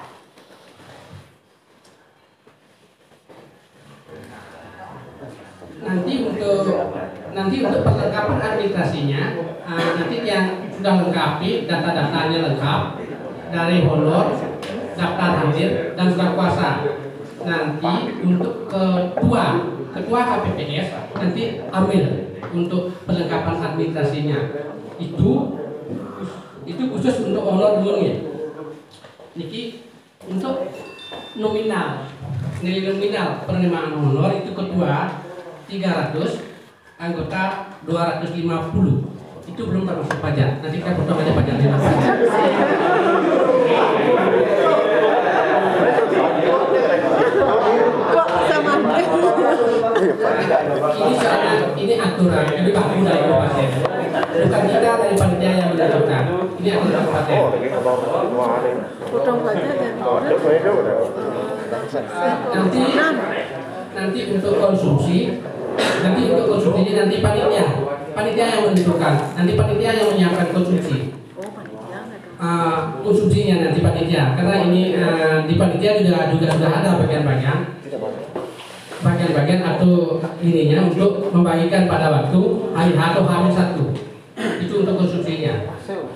Nanti untuk nanti untuk perlengkapan administrasinya uh, nanti yang sudah lengkapi data-datanya lengkap dari honor, daftar hadir dan surat kuasa. Nanti untuk ketua ketua K P P S nanti ambil untuk perlengkapan administrasinya itu itu khusus untuk honor dulu ya. Niki untuk nominal nilai nominal penerimaan honor itu ketua tiga ratus, anggota dua ratus lima puluh. Itu belum termasuk pajak. Nanti kita potong aja pajaknya. Kok sama? Ini soalnya ini aturan, ini baku dari kabupaten. Bukan kita dari panitia yang menentukan. Ini aturan kabupaten. Potong pajak dan Nanti nanti untuk konsumsi nanti untuk konsumsi nanti panitia panitia yang menentukan, nanti panitia yang menyiapkan konsumsi uh, konsumsinya nanti panitia, karena ini uh, di panitia juga juga sudah ada bagian-bagian bagian-bagian atau ininya untuk membagikan pada waktu hari H atau H satu itu untuk konsumsinya.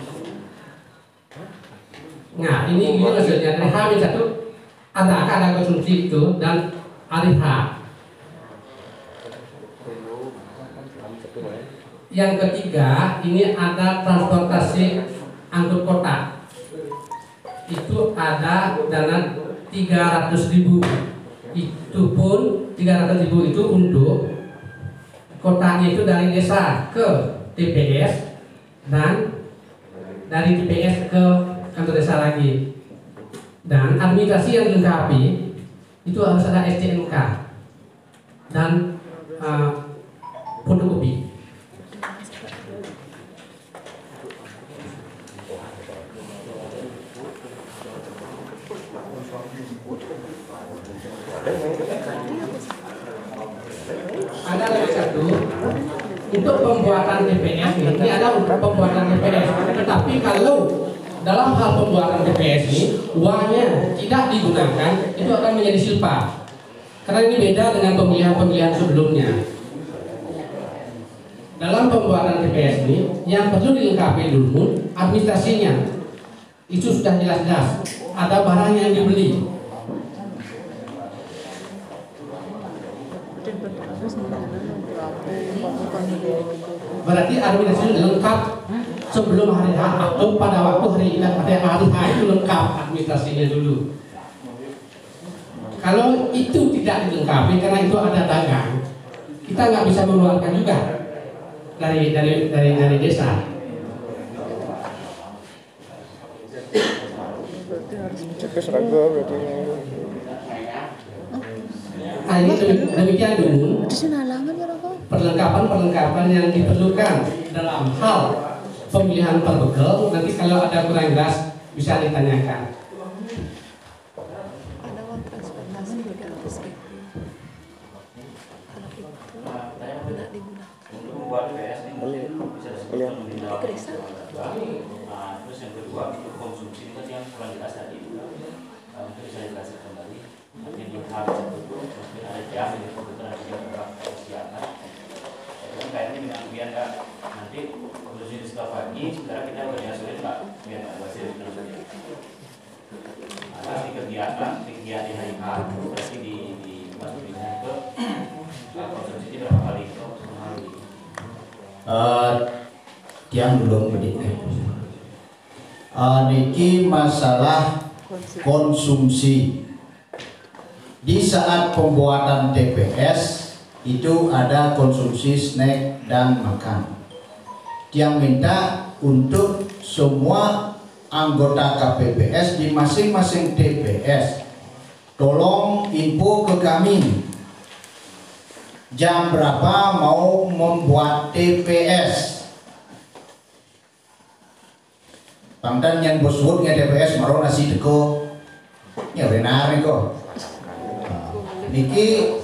Nah ini ini maksudnya dari H satu ada ada konsumsi itu dan hari H. Yang ketiga, ini ada transportasi angkut kota. Itu ada dana tiga ratus ribu. Itu pun tiga ratus ribu itu untuk kotanya itu dari desa ke T P S dan dari T P S ke kantor desa lagi. Dan administrasi yang dilengkapi itu harus ada S T N K dan uh, fotokopi. pembuatan T P S ini, ini ada untuk pembuatan T P S. Tetapi kalau dalam hal pembuatan T P S ini uangnya tidak digunakan, itu akan menjadi silpa. Karena ini beda dengan pemilihan-pemilihan sebelumnya. Dalam pembuatan T P S ini yang perlu dilengkapi dulu administrasinya. Itu sudah jelas-jelas. Ada barang yang dibeli. Berarti administrasi lengkap sebelum hari H atau pada waktu hari pada hari H itu lengkap administrasinya dulu. Kalau itu tidak dilengkapi karena itu ada dagang, kita nggak bisa mengeluarkan juga dari dari dari dari desa. Nah, ini demikian dulu perlengkapan-perlengkapan yang diperlukan dalam hal pemilihan perbegel. Nanti kalau ada kurang jelas bisa ditanyakan. Terus yang kedua untuk konsumsi itu yang kurang jelas tadi, itu bisa dijelaskan kembali. Mungkin di hal itu mungkin ada jam yang kebetulan ada beberapa kesiapan. Itu kayaknya dengan biar nggak nanti konsumsi di sekolah pagi, sekarang kita kerja sore nggak biar nggak hasil terus saja. Ada di kegiatan kegiatan di hari H, berarti di di masuknya itu konsumsi itu berapa kali itu sehari? Yang belum begitu. Uh, niki masalah konsumsi. Di saat pembuatan T P S itu ada konsumsi snack dan makan. Yang minta untuk semua anggota K P P S di masing-masing T P S, tolong info ke kami jam berapa mau membuat T P S. Pangdan yang boswood nya T P S maro nasi teko ya benar kok. Niki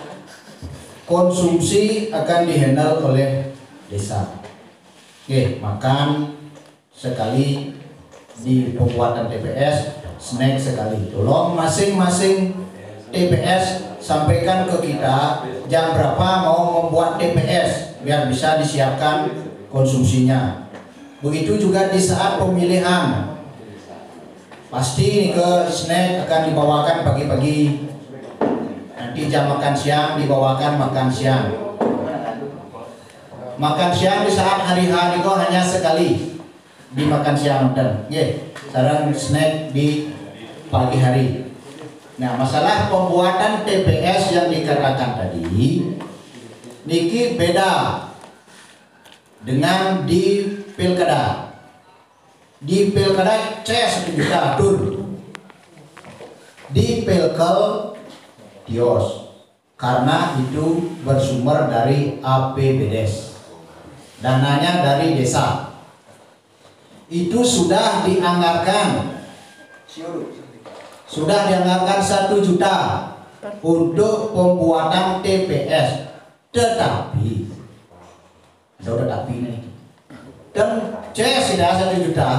konsumsi akan dihandle oleh desa. Oke, makan sekali di pembuatan T P S, snack sekali. Tolong masing-masing T P S sampaikan ke kita jam berapa mau membuat T P S biar bisa disiapkan konsumsinya. Begitu juga di saat pemilihan, pasti ke snack akan dibawakan pagi-pagi. Nanti jam makan siang dibawakan makan siang. Makan siang di saat hari H itu hanya sekali dimakan siang dan, yeah, sekarang snack di pagi hari. Nah, masalah pembuatan T P S yang dikatakan tadi, niki beda dengan di pilkada. Di pilkada C satu juta atur. Di pilkel kios. Karena itu bersumber dari A P B D S. Dananya dari desa. Itu sudah dianggarkan. Sudah dianggarkan satu juta untuk pembuatan T P S. Tetapi ada tetapi ini. Dan C sudah satu juta,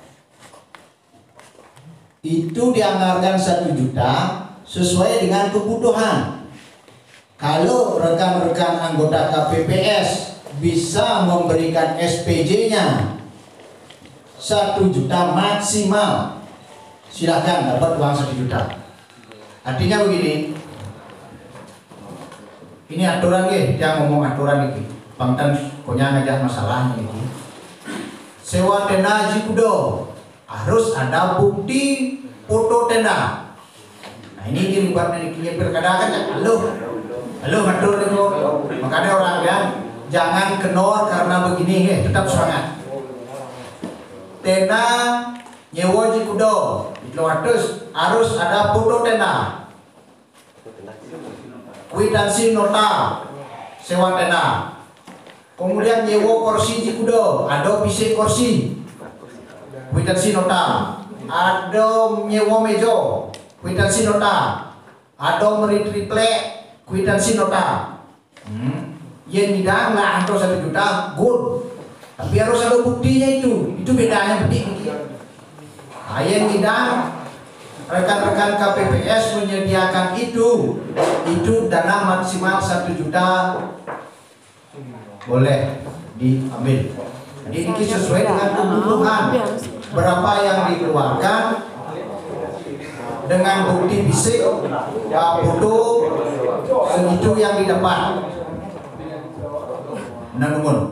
itu dianggarkan satu juta sesuai dengan kebutuhan. Kalau rekan-rekan anggota K P P S bisa memberikan S P J-nya satu juta maksimal, silahkan dapat uang satu juta. Artinya begini, ini aturan ya, jangan ngomong aturan ini. Pangtan punya ngajak masalahnya ini. Sewa tenda Jikudo harus ada bukti foto tenda. Nah ini diribatnya di kirim pilkada kan, halo, halo ngatur itu. Makanya orang bilang jangan kenor karena begini, ya tetap semangat. Tenda nyewa Jikudo itu harus harus ada foto tenda, kwitansi nota sewa tenda. Kemudian nyewa kursi Jikudo, ada P C kursi, kwitansi nota. Ada nyewa mejo, kwitansi nota. Ada meri triple, kwitansi nota. Hmm. yen ngidang lah atau satu juta good, tapi harus ada buktinya itu. Itu bedanya bukti. Nah, yen ngidang rekan-rekan K P P S menyediakan itu, itu dana maksimal satu juta boleh diambil. Jadi ini sesuai dengan kebutuhan berapa yang dikeluarkan dengan bukti fisik, foto segitu yang didapat. Namun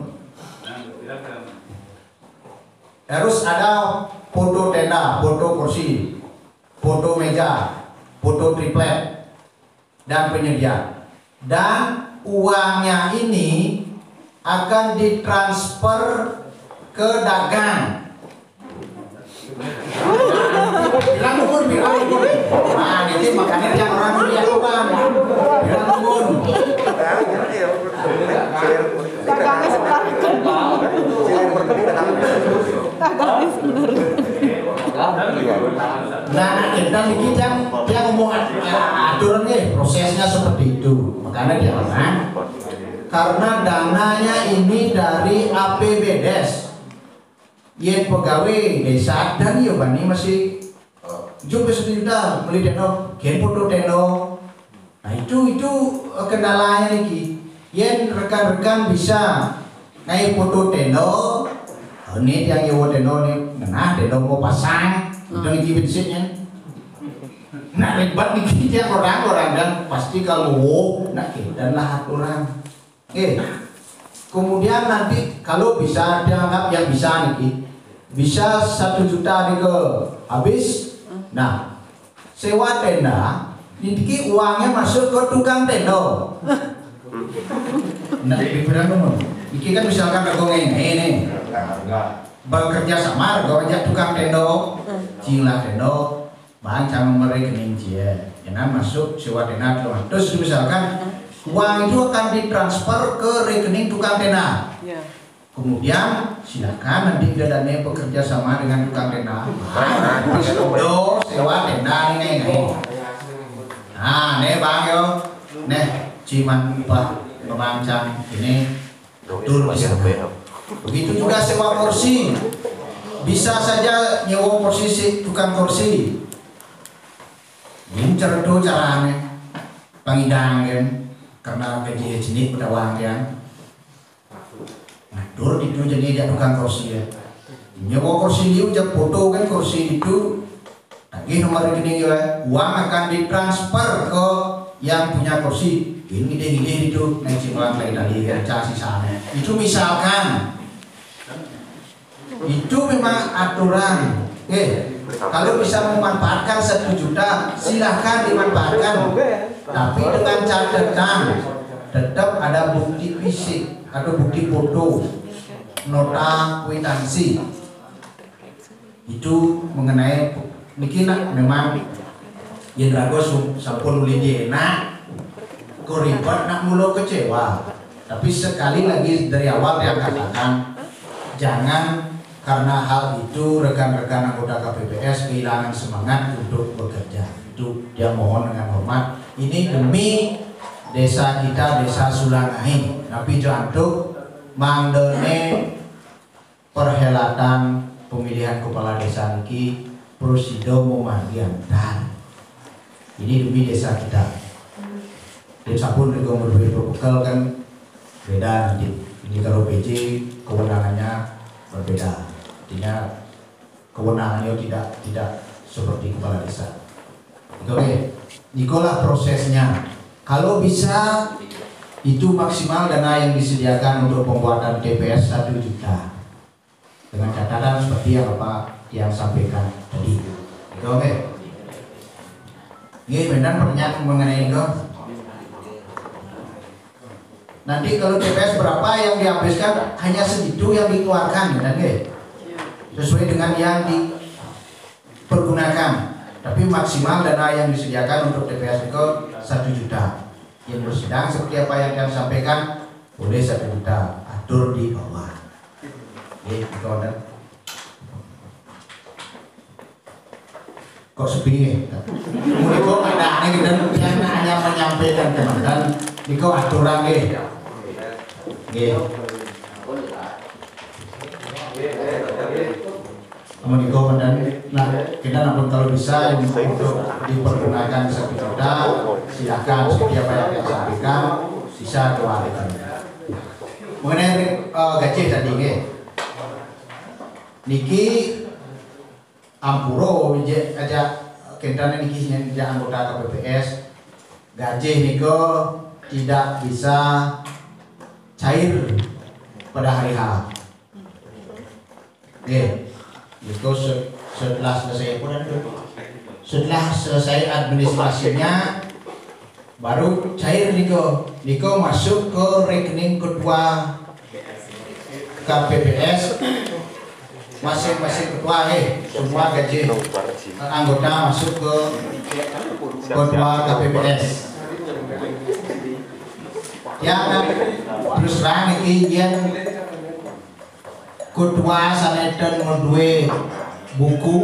harus ada foto tenda, foto kursi, foto meja, foto triplet dan penyedia. Dan uangnya ini akan ditransfer ke dagang. Bilang nuhun, bilang nuhun. Nah, jadi makanya yang orang dunia uang. Bilang nuhun. Dagangnya sebenarnya. Dagangnya sebenarnya. Nah, kita ini yang dia ngomong aturannya prosesnya seperti itu. Makanya dia bilang karena dananya ini dari A P B D E S. Yen pegawai desa dan yo bani masih juga satu juta beli teno, gen foto teno. Nah itu itu kendalanya nih. Yen rekan-rekan bisa naik foto teno, ini yang nyewa teno nih, nah teno mau pasang, itu nih bensinnya. Nah ribet nih dia orang-orang dan pasti kalau wow, nah dan lah aturan. Eh, kemudian nanti kalau bisa dianggap yang bisa nih, bisa satu juta nih ke habis. Nah, sewa tenda, ini uangnya masuk ke tukang tenda. Nah, pikiran kamu, ini kan misalkan aku ngene nih, bekerja sama, kau ajak tukang tenda, cila tenda, bang cang rekening dia, jangan masuk sewa tenda terus misalkan uang itu akan ditransfer ke rekening tukang tenda. Kemudian silakan nanti dadanya bekerja sama dengan tukang tenda. Nah, do sewa tenda nih nih. Nah, nih bang yo, nih ciman upah pemancang ini dulu bisa. Begitu juga sewa kursi, bisa saja nyewa kursi tukang kursi. Ini cara do caranya, pangidang kan, karena gaji jenis udah uang kan. Nah, dulu itu jadi dia tukang kursi ya. Nyewa kursi itu udah foto kan kursi itu. Lagi nomor rekening ya, uang akan ditransfer ke yang punya kursi. Ini ide-ide itu naik cipulan lagi tadi kerja sisanya. Itu misalkan, itu memang aturan. Eh, kalau bisa memanfaatkan satu juta, silahkan dimanfaatkan. Tapi dengan catatan tetap ada bukti fisik atau bukti foto, nota kwitansi. Itu mengenai niki memang yen rago sampun ulin enak kok ribet nak mulu kecewa. Tapi sekali lagi dari awal yang katakan jangan karena hal itu rekan-rekan anggota K P P S kehilangan semangat untuk bekerja. Itu dia mohon dengan hormat. Ini demi desa kita, desa Sulangahi. Tapi jantung mandene perhelatan pemilihan kepala desa niki Prosido Mumardiantan. Ini demi desa kita. Desa pun juga berbeda bekal kan beda nanti. Ini kalau P J kewenangannya berbeda. Artinya kewenangannya tidak tidak seperti kepala desa. Oke, itulah prosesnya. Kalau bisa itu maksimal dana yang disediakan untuk pembuatan T P S satu juta dengan catatan seperti yang apa yang sampaikan tadi. Itu oke. Ini benar pertanyaan mengenai itu. Nanti kalau T P S berapa yang dihabiskan hanya segitu yang dikeluarkan, dan sesuai dengan yang dipergunakan. Tapi maksimal dana yang disediakan untuk T P S itu satu juta. Yang bersidang seperti apa yang kami sampaikan boleh satu juta, atur di bawah. Oke, itu ada. Kok sepi ya? Mulai kok ada ini dan yang hanya menyampaikan teman dan itu aturan deh. Oke. Meniko dan nah kita namun kalau bisa untuk dipergunakan sertifikat silakan seperti apa yang saya sampaikan bisa keluarkan. Mengenai uh, gaji tadi nge, niki ampuro aja kentane niki yang anggota K P P S gaji niko tidak bisa cair pada hari H. Oke. Itu setelah selesai setelah selesai administrasinya baru cair Niko Niko masuk ke rekening ketua K P P S masing-masing ketua eh semua gaji anggota masuk ke ketua K P P S yang terus terang ini yang ketua saneten menduwe buku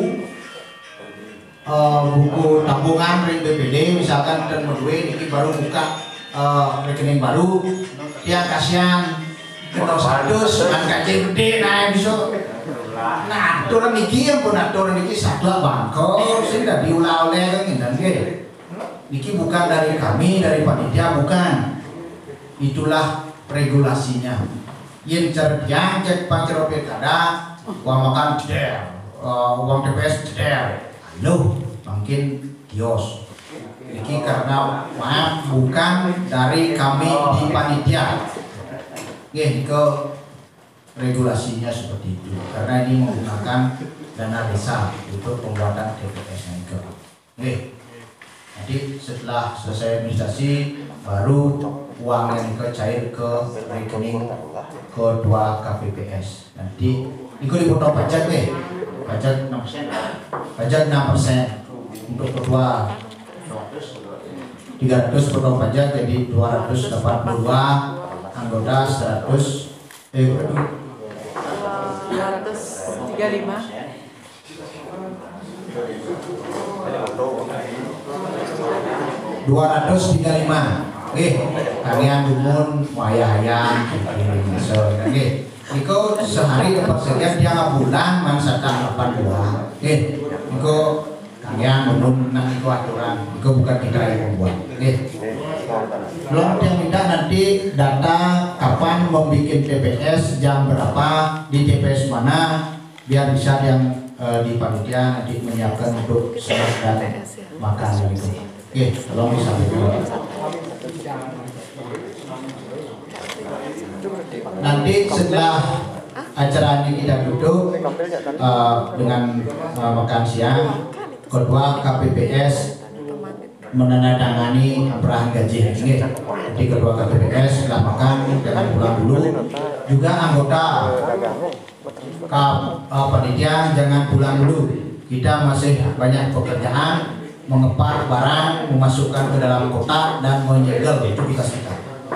uh, buku tabungan dari B P D misalkan dan menduwe ini baru buka uh, rekening baru dia kasihan kena satu dengan gaji gede nah bisa nah aturan niki yang pun aturan niki satu bangko sehingga diulah oleh kan dan niki bukan dari kami dari panitia bukan itulah regulasinya yang cerjang cek pancero pilkada uang makan ceder uh, uang T P S ceder lo mungkin kios ini karena maaf bukan dari kami di panitia ya ke regulasinya seperti itu karena ini menggunakan dana desa untuk pembuatan T P S nya itu oke jadi setelah selesai administrasi baru uang yang cair ke rekening kedua K P P S nanti itu dipotong pajak nih pajak enam persen pajak enam persen untuk kedua tiga ratus potong pajak jadi dua ratus delapan puluh dua anggota seratus eh dua ratus tiga puluh lima dua ratus tiga puluh lima oke kalian dumun wayah-hayang so oke Niko sehari kepersekian dia bulan mangsatan delapan dua oke Niko kalian dumun nah Niko aturan Niko bukan kita yang membuat oke belum yang minta nanti data kapan membuat T P S jam berapa di T P S mana biar bisa yang uh, di panitia nanti menyiapkan untuk snack dan makan gitu oke tolong disampaikan nanti setelah acara ini kita duduk uh, dengan uh, makan siang kedua K P P S menandatangani perahan gaji ini jadi kedua K P P S setelah makan jangan pulang dulu juga anggota K uh, panitia jangan pulang dulu kita masih banyak pekerjaan mengepar barang memasukkan ke dalam kotak dan menyegel itu kita kita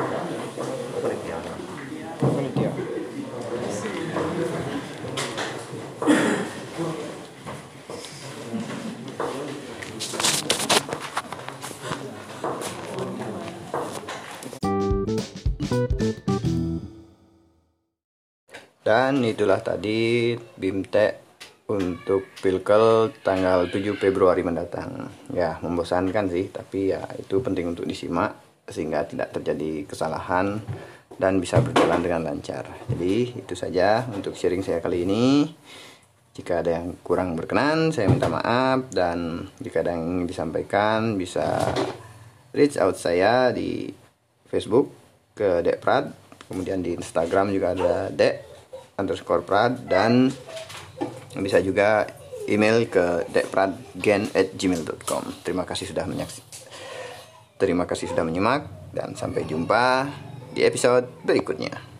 Dan itulah tadi BIMTEK untuk Pilkel tanggal tujuh Februari mendatang. Ya, membosankan sih, tapi ya itu penting untuk disimak sehingga tidak terjadi kesalahan dan bisa berjalan dengan lancar. Jadi itu saja untuk sharing saya kali ini. Jika ada yang kurang berkenan, saya minta maaf, dan jika ada yang ingin disampaikan bisa reach out saya di Facebook ke Dek Prad, kemudian di Instagram juga ada Dek underscore Prad, dan bisa juga email ke dekpradgen at gmail dot com. Terima kasih sudah menyaksikan. Terima kasih sudah menyimak dan sampai jumpa di episode berikutnya.